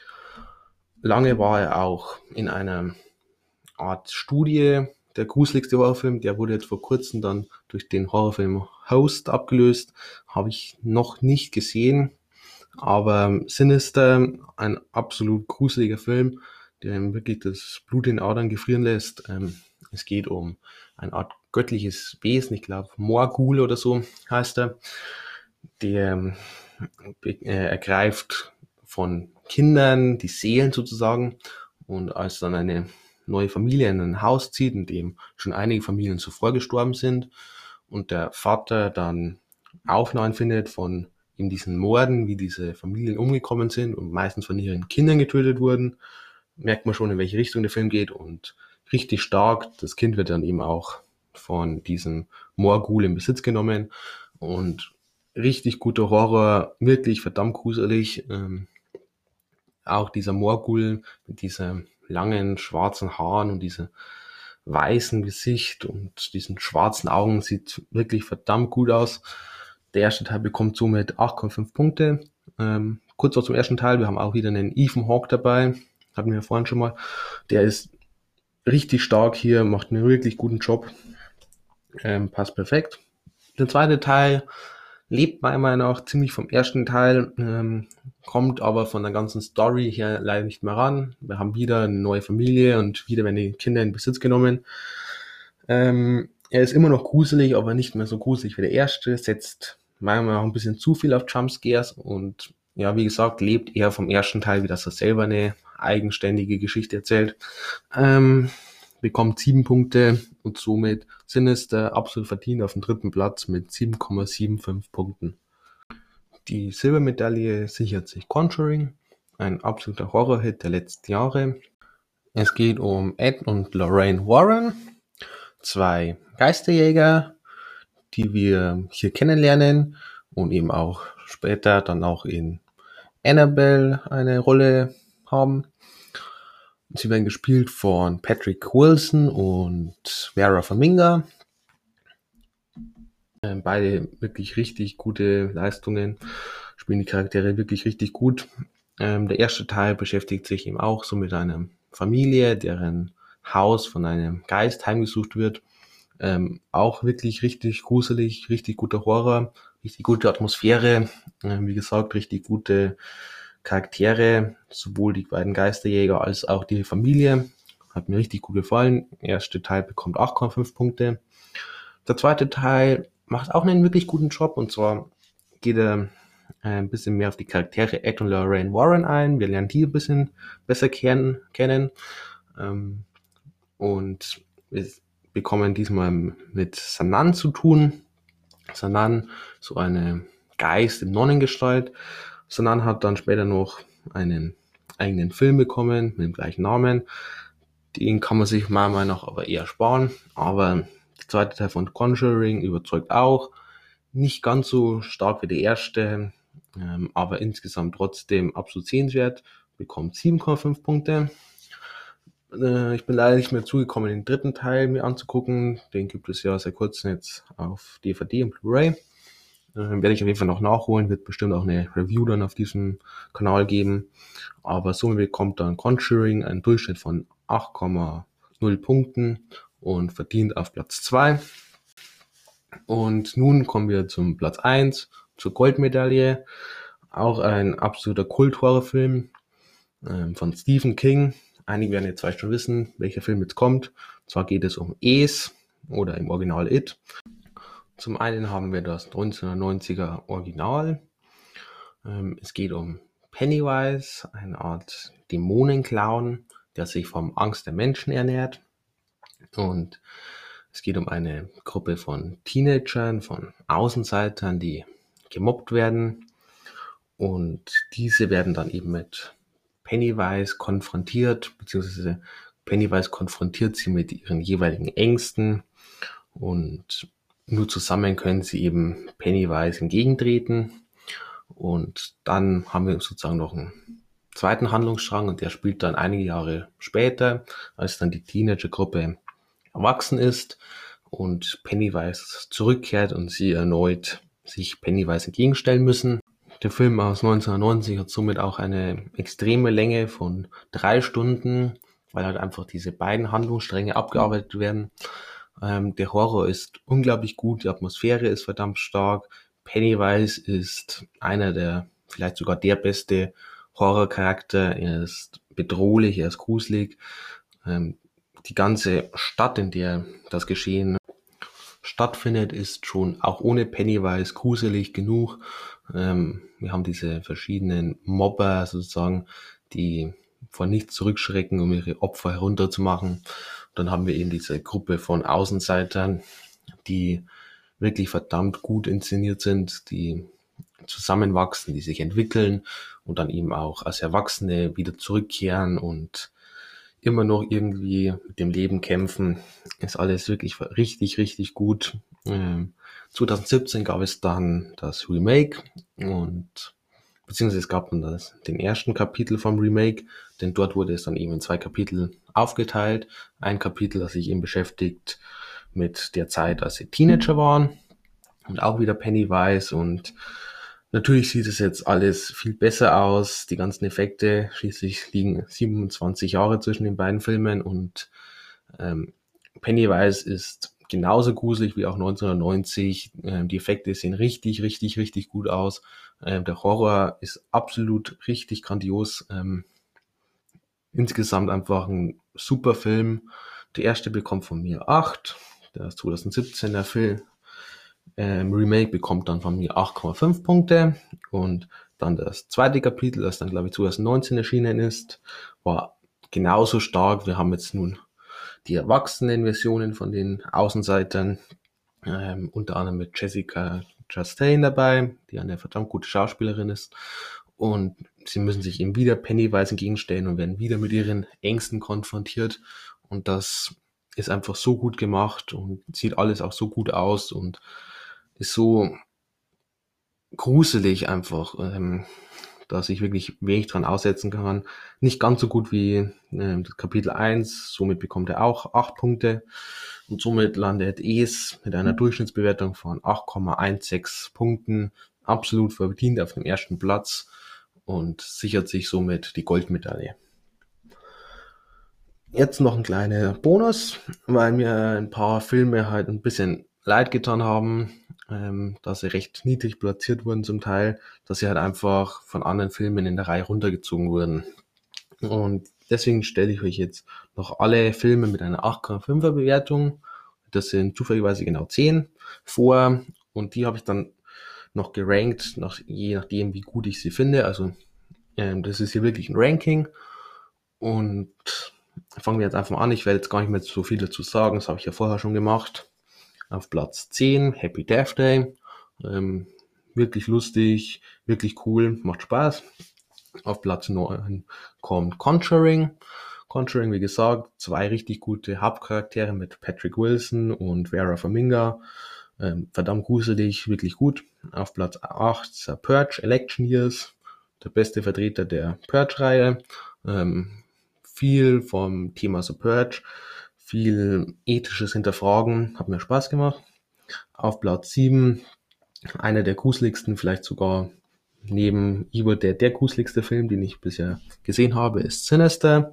Lange war er auch in einer Art Studie der gruseligste Horrorfilm. Der wurde jetzt vor kurzem dann durch den Horrorfilm Host abgelöst. Habe ich noch nicht gesehen. Aber Sinister, ein absolut gruseliger Film, der ihm wirklich das Blut in den Adern gefrieren lässt. Es geht um eine Art göttliches Wesen, ich glaube Morgul oder so heißt er, der ergreift von Kindern die Seelen sozusagen und als dann eine neue Familie in ein Haus zieht, in dem schon einige Familien zuvor gestorben sind und der Vater dann Aufnahmen findet von in diesen Morden, wie diese Familien umgekommen sind und meistens von ihren Kindern getötet wurden, merkt man schon, in welche Richtung der Film geht und richtig stark. Das Kind wird dann eben auch von diesem Morgul in Besitz genommen und richtig guter Horror, wirklich verdammt gruselig. Auch dieser Morgul mit dieser langen schwarzen Haaren und diesem weißen Gesicht und diesen schwarzen Augen sieht wirklich verdammt gut aus. Der erste Teil bekommt somit 8,5 Punkte. Kurz noch zum ersten Teil, wir haben auch wieder einen Ethan Hawke dabei, hatten wir vorhin schon mal. Der ist richtig stark hier, macht einen wirklich guten Job, passt perfekt. Der zweite Teil lebt meiner Meinung nach ziemlich vom ersten Teil, kommt aber von der ganzen Story her leider nicht mehr ran. Wir haben wieder eine neue Familie und wieder werden die Kinder in Besitz genommen. Er ist immer noch gruselig, aber nicht mehr so gruselig wie der erste, setzt meiner Meinung nach ein bisschen zu viel auf Jumpscares und ja, wie gesagt, lebt eher vom ersten Teil, wie das er selber eine eigenständige Geschichte erzählt. Bekommt 7 Punkte und somit Sinister absolut verdient auf dem 3. Platz mit 7,75 Punkten. Die Silbermedaille sichert sich Conjuring, ein absoluter Horrorhit der letzten Jahre. Es geht um Ed und Lorraine Warren, 2 Geisterjäger, die wir hier kennenlernen und eben auch später dann auch in Annabelle eine Rolle haben. Sie werden gespielt von Patrick Wilson und Vera Farmiga. Beide wirklich richtig gute Leistungen, spielen die Charaktere wirklich richtig gut. Der erste Teil beschäftigt sich eben auch so mit einer Familie, deren Haus von einem Geist heimgesucht wird. Auch wirklich richtig gruselig, richtig guter Horror, richtig gute Atmosphäre, wie gesagt, richtig gute Charaktere, sowohl die beiden Geisterjäger als auch die Familie. Hat mir richtig gut gefallen. Der erste Teil bekommt 8,5 Punkte. Der zweite Teil macht auch einen wirklich guten Job, und zwar geht er ein bisschen mehr auf die Charaktere Ed und Lorraine Warren ein. Wir lernen die ein bisschen besser kennen. Und wir bekommen diesmal mit Sanan zu tun. Sanan, so eine Geist in Nonnengestalt. Sanan hat dann später noch einen eigenen Film bekommen mit dem gleichen Namen. Den kann man sich meiner Meinung nach aber eher sparen. Aber der zweite Teil von Conjuring überzeugt auch. Nicht ganz so stark wie der erste, aber insgesamt trotzdem absolut sehenswert. Bekommt 7,5 Punkte. Ich bin leider nicht mehr zugekommen, den dritten Teil mir anzugucken. Den gibt es ja seit kurzem jetzt auf DVD und Blu-ray. Werde ich auf jeden Fall noch nachholen. Wird bestimmt auch eine Review dann auf diesem Kanal geben. Aber somit bekommt dann Conjuring einen Durchschnitt von 8,0 Punkten und verdient auf Platz 2. Und nun kommen wir zum Platz 1, zur Goldmedaille. Auch ein absoluter Kult-Horrorfilm von Stephen King. Einige werden jetzt vielleicht schon wissen, welcher Film jetzt kommt. Und zwar geht es um Es oder im Original It. Zum einen haben wir das 1990er Original. Es geht um Pennywise, eine Art Dämonenclown, der sich vom Angst der Menschen ernährt. Und es geht um eine Gruppe von Teenagern, von Außenseitern, die gemobbt werden. Und diese werden dann eben mit Pennywise konfrontiert, beziehungsweise Pennywise konfrontiert sie mit ihren jeweiligen Ängsten. Und nur zusammen können sie eben Pennywise entgegentreten. Und dann haben wir sozusagen noch einen zweiten Handlungsstrang, und der spielt dann einige Jahre später, als dann die Teenagergruppe erwachsen ist und Pennywise zurückkehrt und sie erneut sich Pennywise entgegenstellen müssen. Der Film aus 1990 hat somit auch eine extreme Länge von 3 Stunden, weil halt einfach diese beiden Handlungsstränge abgearbeitet werden. Der Horror ist unglaublich gut, die Atmosphäre ist verdammt stark. Pennywise ist einer der, vielleicht sogar der beste Horrorcharakter. Er ist bedrohlich, er ist gruselig. Die ganze Stadt, in der das Geschehen stattfindet, ist schon auch ohne Pennywise gruselig genug. Wir haben diese verschiedenen Mobber sozusagen, die vor nichts zurückschrecken, um ihre Opfer herunterzumachen. Dann haben wir eben diese Gruppe von Außenseitern, die wirklich verdammt gut inszeniert sind, die zusammenwachsen, die sich entwickeln und dann eben auch als Erwachsene wieder zurückkehren und immer noch irgendwie mit dem Leben kämpfen. Ist alles wirklich richtig, richtig gut. 2017 gab es dann das Remake, und beziehungsweise es gab dann den ersten Kapitel vom Remake, denn dort wurde es dann eben in 2 Kapitel aufgeteilt. Ein Kapitel, das sich eben beschäftigt mit der Zeit, als sie Teenager waren, und auch wieder Pennywise, und natürlich sieht es jetzt alles viel besser aus, die ganzen Effekte, schließlich liegen 27 Jahre zwischen den beiden Filmen, und Pennywise ist genauso gruselig wie auch 1990. Die Effekte sehen richtig, richtig, richtig gut aus. Der Horror ist absolut richtig grandios. Insgesamt einfach ein super Film. Der erste bekommt von mir 8. Der 2017er Film Remake bekommt dann von mir 8,5 Punkte. Und dann das zweite Kapitel, das dann glaube ich 2019 erschienen ist, war genauso stark. Wir haben jetzt nun die erwachsenen Versionen von den Außenseitern, unter anderem mit Jessica Chastain dabei, die eine verdammt gute Schauspielerin ist. Und sie müssen sich eben wieder Pennywise entgegenstellen und werden wieder mit ihren Ängsten konfrontiert. Und das ist einfach so gut gemacht und sieht alles auch so gut aus und ist so gruselig einfach, dass ich wirklich wenig dran aussetzen kann. Nicht ganz so gut wie das Kapitel 1, somit bekommt er auch 8 Punkte und somit landet Es mit einer Durchschnittsbewertung von 8,16 Punkten absolut verdient auf dem ersten Platz und sichert sich somit die Goldmedaille. Jetzt noch ein kleiner Bonus, weil mir ein paar Filme halt ein bisschen leid getan haben, dass sie recht niedrig platziert wurden zum Teil, dass sie halt einfach von anderen Filmen in der Reihe runtergezogen wurden. Und deswegen stelle ich euch jetzt noch alle Filme mit einer 8,5er Bewertung, das sind zufälligerweise genau 10 vor und die habe ich dann noch gerankt, je nachdem wie gut ich sie finde. Also das ist hier wirklich ein Ranking und fangen wir jetzt einfach mal an. Ich werde jetzt gar nicht mehr so viel dazu sagen, das habe ich ja vorher schon gemacht. Auf Platz 10 Happy Death Day. Wirklich lustig, wirklich cool, macht Spaß. Auf Platz 9 kommt Conjuring. Conjuring, wie gesagt, 2 richtig gute Hauptcharaktere mit Patrick Wilson und Vera Farmiga. Verdammt gruselig, wirklich gut. Auf Platz 8 The Purge Election Years, der beste Vertreter der Purge-Reihe. Viel vom Thema The Purge, viel ethisches Hinterfragen, hat mir Spaß gemacht. Auf Platz 7 einer der gruseligsten, vielleicht sogar neben Evil Dead der gruseligste Film, den ich bisher gesehen habe, ist Sinister.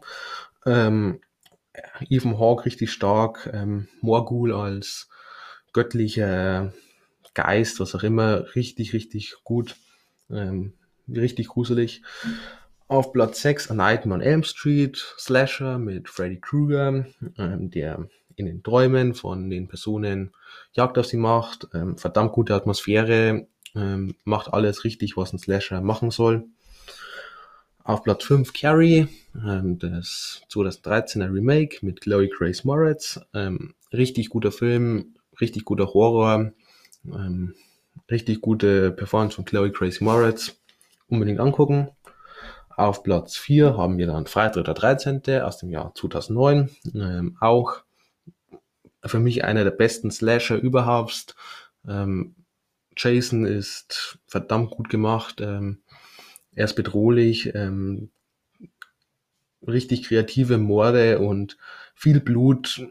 Ethan Hawke richtig stark, Morgul als göttlicher Geist, was auch immer, richtig, richtig gut, richtig gruselig. Auf Platz 6 A Nightmare on Elm Street, Slasher mit Freddy Krueger, der in den Träumen von den Personen Jagd auf sie macht, verdammt gute Atmosphäre, macht alles richtig, was ein Slasher machen soll. Auf Platz 5 Carrie, das 2013er Remake mit Chloe Grace Moretz. Richtig guter Film, richtig guter Horror, richtig gute Performance von Chloe Grace Moretz. Unbedingt angucken. Auf Platz 4 haben wir dann Freitag der 13. aus dem Jahr 2009. Auch für mich einer der besten Slasher überhaupt. Jason ist verdammt gut gemacht. Er ist bedrohlich, richtig kreative Morde und viel Blut.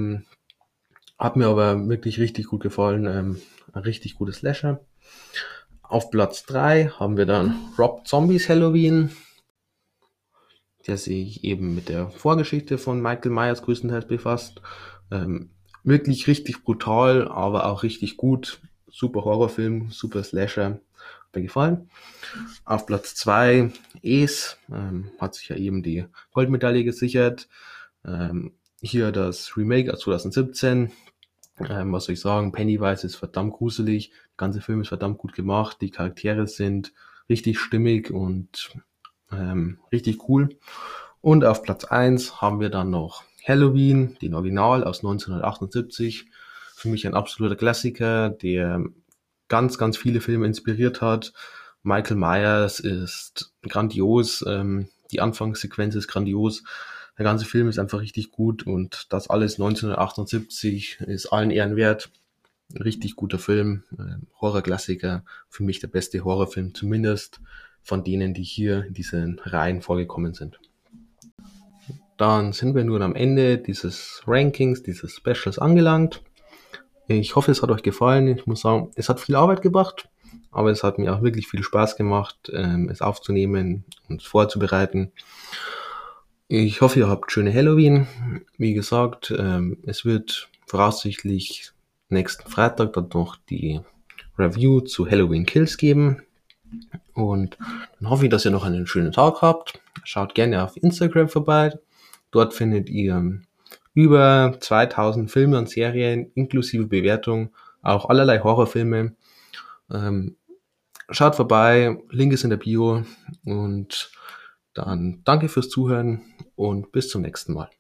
Hat mir aber wirklich richtig gut gefallen. Ein richtig gutes Slasher. Auf Platz 3 haben wir dann Rob Zombies Halloween, der sich eben mit der Vorgeschichte von Michael Myers größtenteils befasst. Wirklich richtig brutal, aber auch richtig gut. Super Horrorfilm, super Slasher. Hat mir gefallen. Auf Platz 2 Es, hat sich ja eben die Goldmedaille gesichert. Hier das Remake aus 2017. Was soll ich sagen? Pennywise ist verdammt gruselig. Der ganze Film ist verdammt gut gemacht. Die Charaktere sind richtig stimmig und richtig cool. Und auf Platz 1 haben wir dann noch Halloween, den Original aus 1978. Für mich ein absoluter Klassiker, der ganz, ganz viele Filme inspiriert hat. Michael Myers ist grandios, die Anfangssequenz ist grandios, der ganze Film ist einfach richtig gut und das alles 1978 ist allen Ehren wert. Richtig guter Film, Horrorklassiker, für mich der beste Horrorfilm, zumindest von denen, die hier in diesen Reihen vorgekommen sind. Dann sind wir nun am Ende dieses Rankings, dieses Specials angelangt. Ich hoffe, es hat euch gefallen. Ich muss sagen, es hat viel Arbeit gebracht, aber es hat mir auch wirklich viel Spaß gemacht, es aufzunehmen und vorzubereiten. Ich hoffe, ihr habt schöne Halloween. Wie gesagt, es wird voraussichtlich nächsten Freitag dann noch die Review zu Halloween Kills geben. Und dann hoffe ich, dass ihr noch einen schönen Tag habt. Schaut gerne auf Instagram vorbei. Dort findet ihr über 2000 Filme und Serien inklusive Bewertung, auch allerlei Horrorfilme. Schaut vorbei, Link ist in der Bio und dann danke fürs Zuhören und bis zum nächsten Mal.